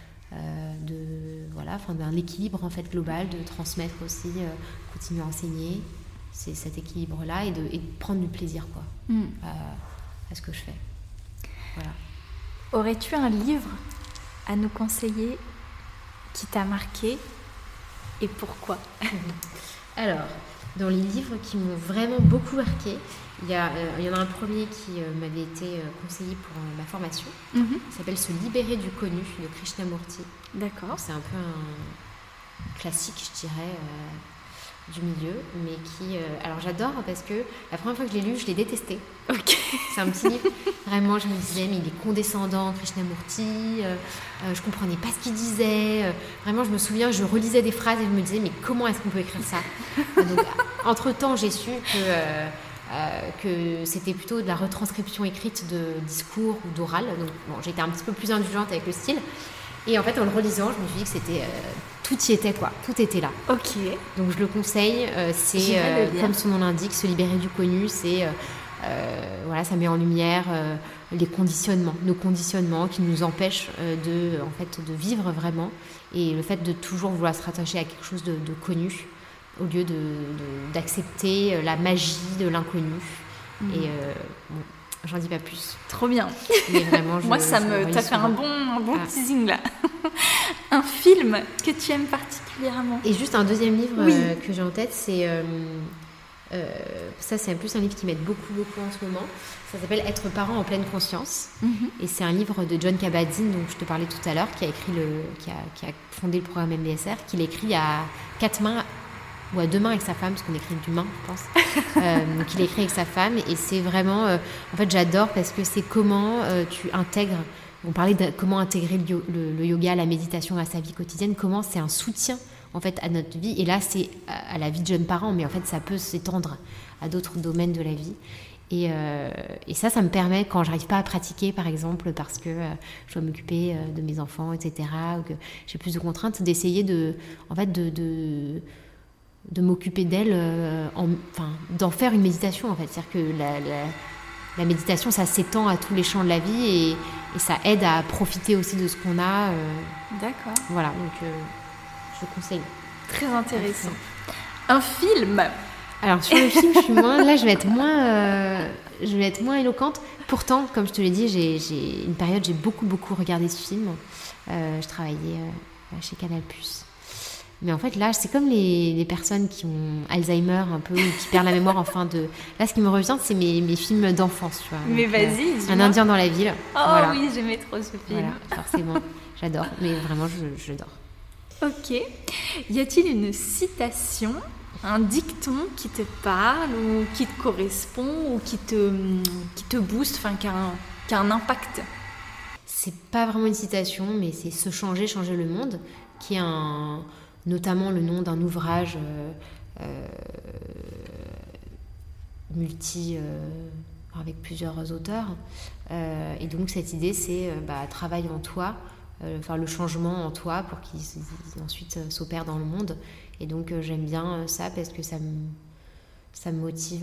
d'un équilibre en fait global, de transmettre aussi, continuer à enseigner, c'est cet équilibre-là et de prendre du plaisir à ce que je fais. Voilà. Aurais-tu un livre à nous conseiller qui t'a marqué et pourquoi ? Alors, dans les livres qui m'ont vraiment beaucoup marqué, il y en a un premier qui m'avait été conseillé pour ma formation. Il s'appelle « Se libérer du connu » de Krishnamurti. D'accord. Donc, c'est un peu un classique, je dirais, du milieu, mais qui... alors j'adore parce que la première fois que je l'ai lu, je l'ai détesté. Ok. C'est un petit livre. Vraiment, je me disais, mais il est condescendant, Krishnamurti. Je comprenais pas ce qu'il disait. Vraiment, je me souviens, je relisais des phrases et je me disais, mais comment est-ce qu'on peut écrire ça ? Donc, entre-temps, j'ai su que c'était plutôt de la retranscription écrite de discours ou d'oral. Donc, bon, j'étais un petit peu plus indulgente avec le style. Et en fait, en le relisant, je me suis dit que c'était... tout y était, quoi. Tout était là. Ok. Donc je le conseille. C'est, J'irai le lire. comme son nom l'indique, se libérer du connu. C'est... voilà, ça met en lumière les conditionnements, nos conditionnements qui nous empêchent de vivre vraiment, et le fait de toujours vouloir se rattacher à quelque chose de connu au lieu d'accepter la magie de l'inconnu. Et bon, j'en dis pas plus. Trop bien. Mais vraiment, Moi, t'as fait un bon teasing là. Un film que tu aimes particulièrement. Et juste un deuxième livre Oui. que j'ai en tête, c'est... ça, c'est plus un livre qui m'aide beaucoup en ce moment. Ça s'appelle Être parent en pleine conscience. Et c'est un livre de Jon Kabat-Zinn, dont je te parlais tout à l'heure, qui a fondé le programme MBSR, qu'il écrit à 4 mains, ou à 2 mains avec sa femme, parce qu'on écrit d'une main, je pense. Donc il écrit avec sa femme, et c'est vraiment... en fait, j'adore parce que c'est comment tu intègres... On parlait de comment intégrer le yoga, la méditation à sa vie quotidienne, comment c'est un soutien en fait à notre vie, et là c'est à la vie de jeunes parents, mais en fait ça peut s'étendre à d'autres domaines de la vie, et ça me permet, quand j'arrive pas à pratiquer par exemple parce que je dois m'occuper de mes enfants, etc., ou que j'ai plus de contraintes, d'essayer de m'occuper d'elles, d'en faire une méditation en fait. C'est-à-dire que la méditation, ça s'étend à tous les champs de la vie, et ça aide à profiter aussi de ce qu'on a. D'accord. Voilà, donc je conseille. Très intéressant. Un film. Alors sur le film, je vais être moins éloquente. Pourtant, comme je te l'ai dit, j'ai une période, j'ai beaucoup regardé ce film. Je travaillais chez Canal+. Mais en fait, là, c'est comme les personnes qui ont Alzheimer un peu, ou qui perdent la mémoire Là, ce qui me revient, c'est mes films d'enfance, tu vois. Mais donc, vas-y, Un dis-moi. Indien dans la ville. Oh voilà. oui, j'aimais trop ce film. Voilà, forcément. J'adore. Mais vraiment, je l'adore. Ok. Y a-t-il une citation, un dicton qui te parle, ou qui te correspond, ou qui te booste, enfin qui a un impact? C'est pas vraiment une citation, mais c'est Se changer, changer le monde, qui est notamment le nom d'un ouvrage avec plusieurs auteurs. Et donc cette idée, c'est travaille en toi, le changement en toi pour qu'il ensuite s'opère dans le monde. Et donc j'aime bien ça parce que ça me motive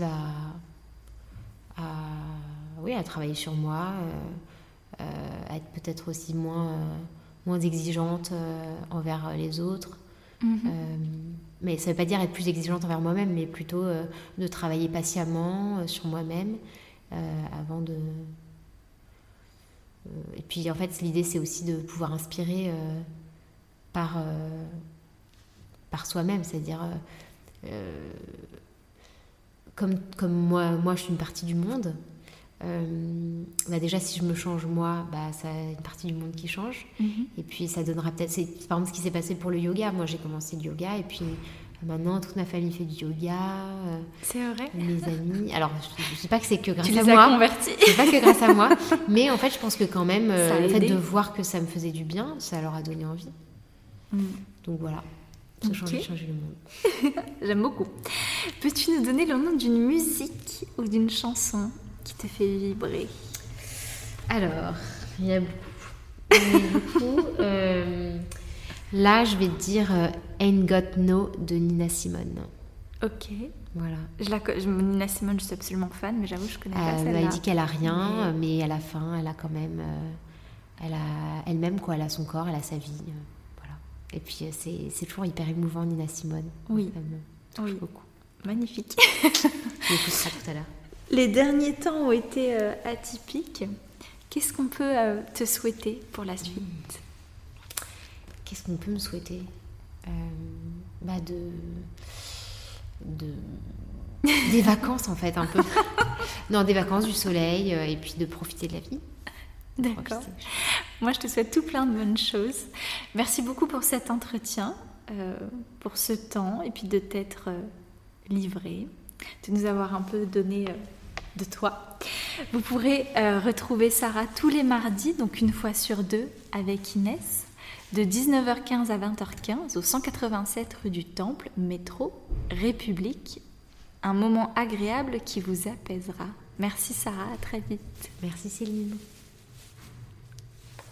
à travailler sur moi, à être peut-être aussi moins exigeante envers les autres. Mais ça ne veut pas dire être plus exigeante envers moi-même, mais plutôt de travailler patiemment sur moi-même avant de... Et puis en fait, l'idée, c'est aussi de pouvoir inspirer par soi-même, c'est-à-dire comme moi, je suis une partie du monde. Déjà, si je me change moi, ça a une partie du monde qui change. Et puis ça donnera peut-être... C'est par exemple ce qui s'est passé pour le yoga. Moi, j'ai commencé le yoga, et puis maintenant toute ma famille fait du yoga. C'est vrai. Mes amis. Alors, je ne dis pas que c'est que grâce Tu à les as moi. convertis. C'est pas que grâce à moi, mais en fait, je pense que quand même, Ça a le fait aidé. de voir que ça me faisait du bien, ça leur a donné envie. Donc voilà, Se changer, changer le monde. J'aime beaucoup. Peux-tu nous donner le nom d'une musique ou d'une chanson qui te fait vibrer? Alors, il y en a beaucoup. Là, je vais te dire Ain't Got No de Nina Simone. Ok. Voilà. Nina Simone, je suis absolument fan, mais j'avoue, je connais pas celle-là. Elle dit qu'elle a rien, mais à la fin, elle a quand même... elle a elle-même, quoi. Elle a son corps, elle a sa vie. Voilà. Et puis, c'est toujours hyper émouvant, Nina Simone. Oui. Ça me touche beaucoup. Magnifique. Je l'écouterai tout à l'heure. Les derniers temps ont été atypiques. Qu'est-ce qu'on peut te souhaiter pour la suite? Qu'est-ce qu'on peut me souhaiter? Des vacances, en fait, un peu. Non, des vacances, du soleil, et puis de profiter de la vie. D'accord. Moi, je te souhaite tout plein de bonnes choses. Merci beaucoup pour cet entretien, pour ce temps, et puis de t'être livré, de nous avoir un peu donné de toi. Vous pourrez retrouver Sarah tous les mardis, donc une fois sur 2, avec Inès, de 19h15 à 20h15 au 187 rue du Temple, métro République. Un moment agréable qui vous apaisera. Merci Sarah, à très vite. Merci Céline.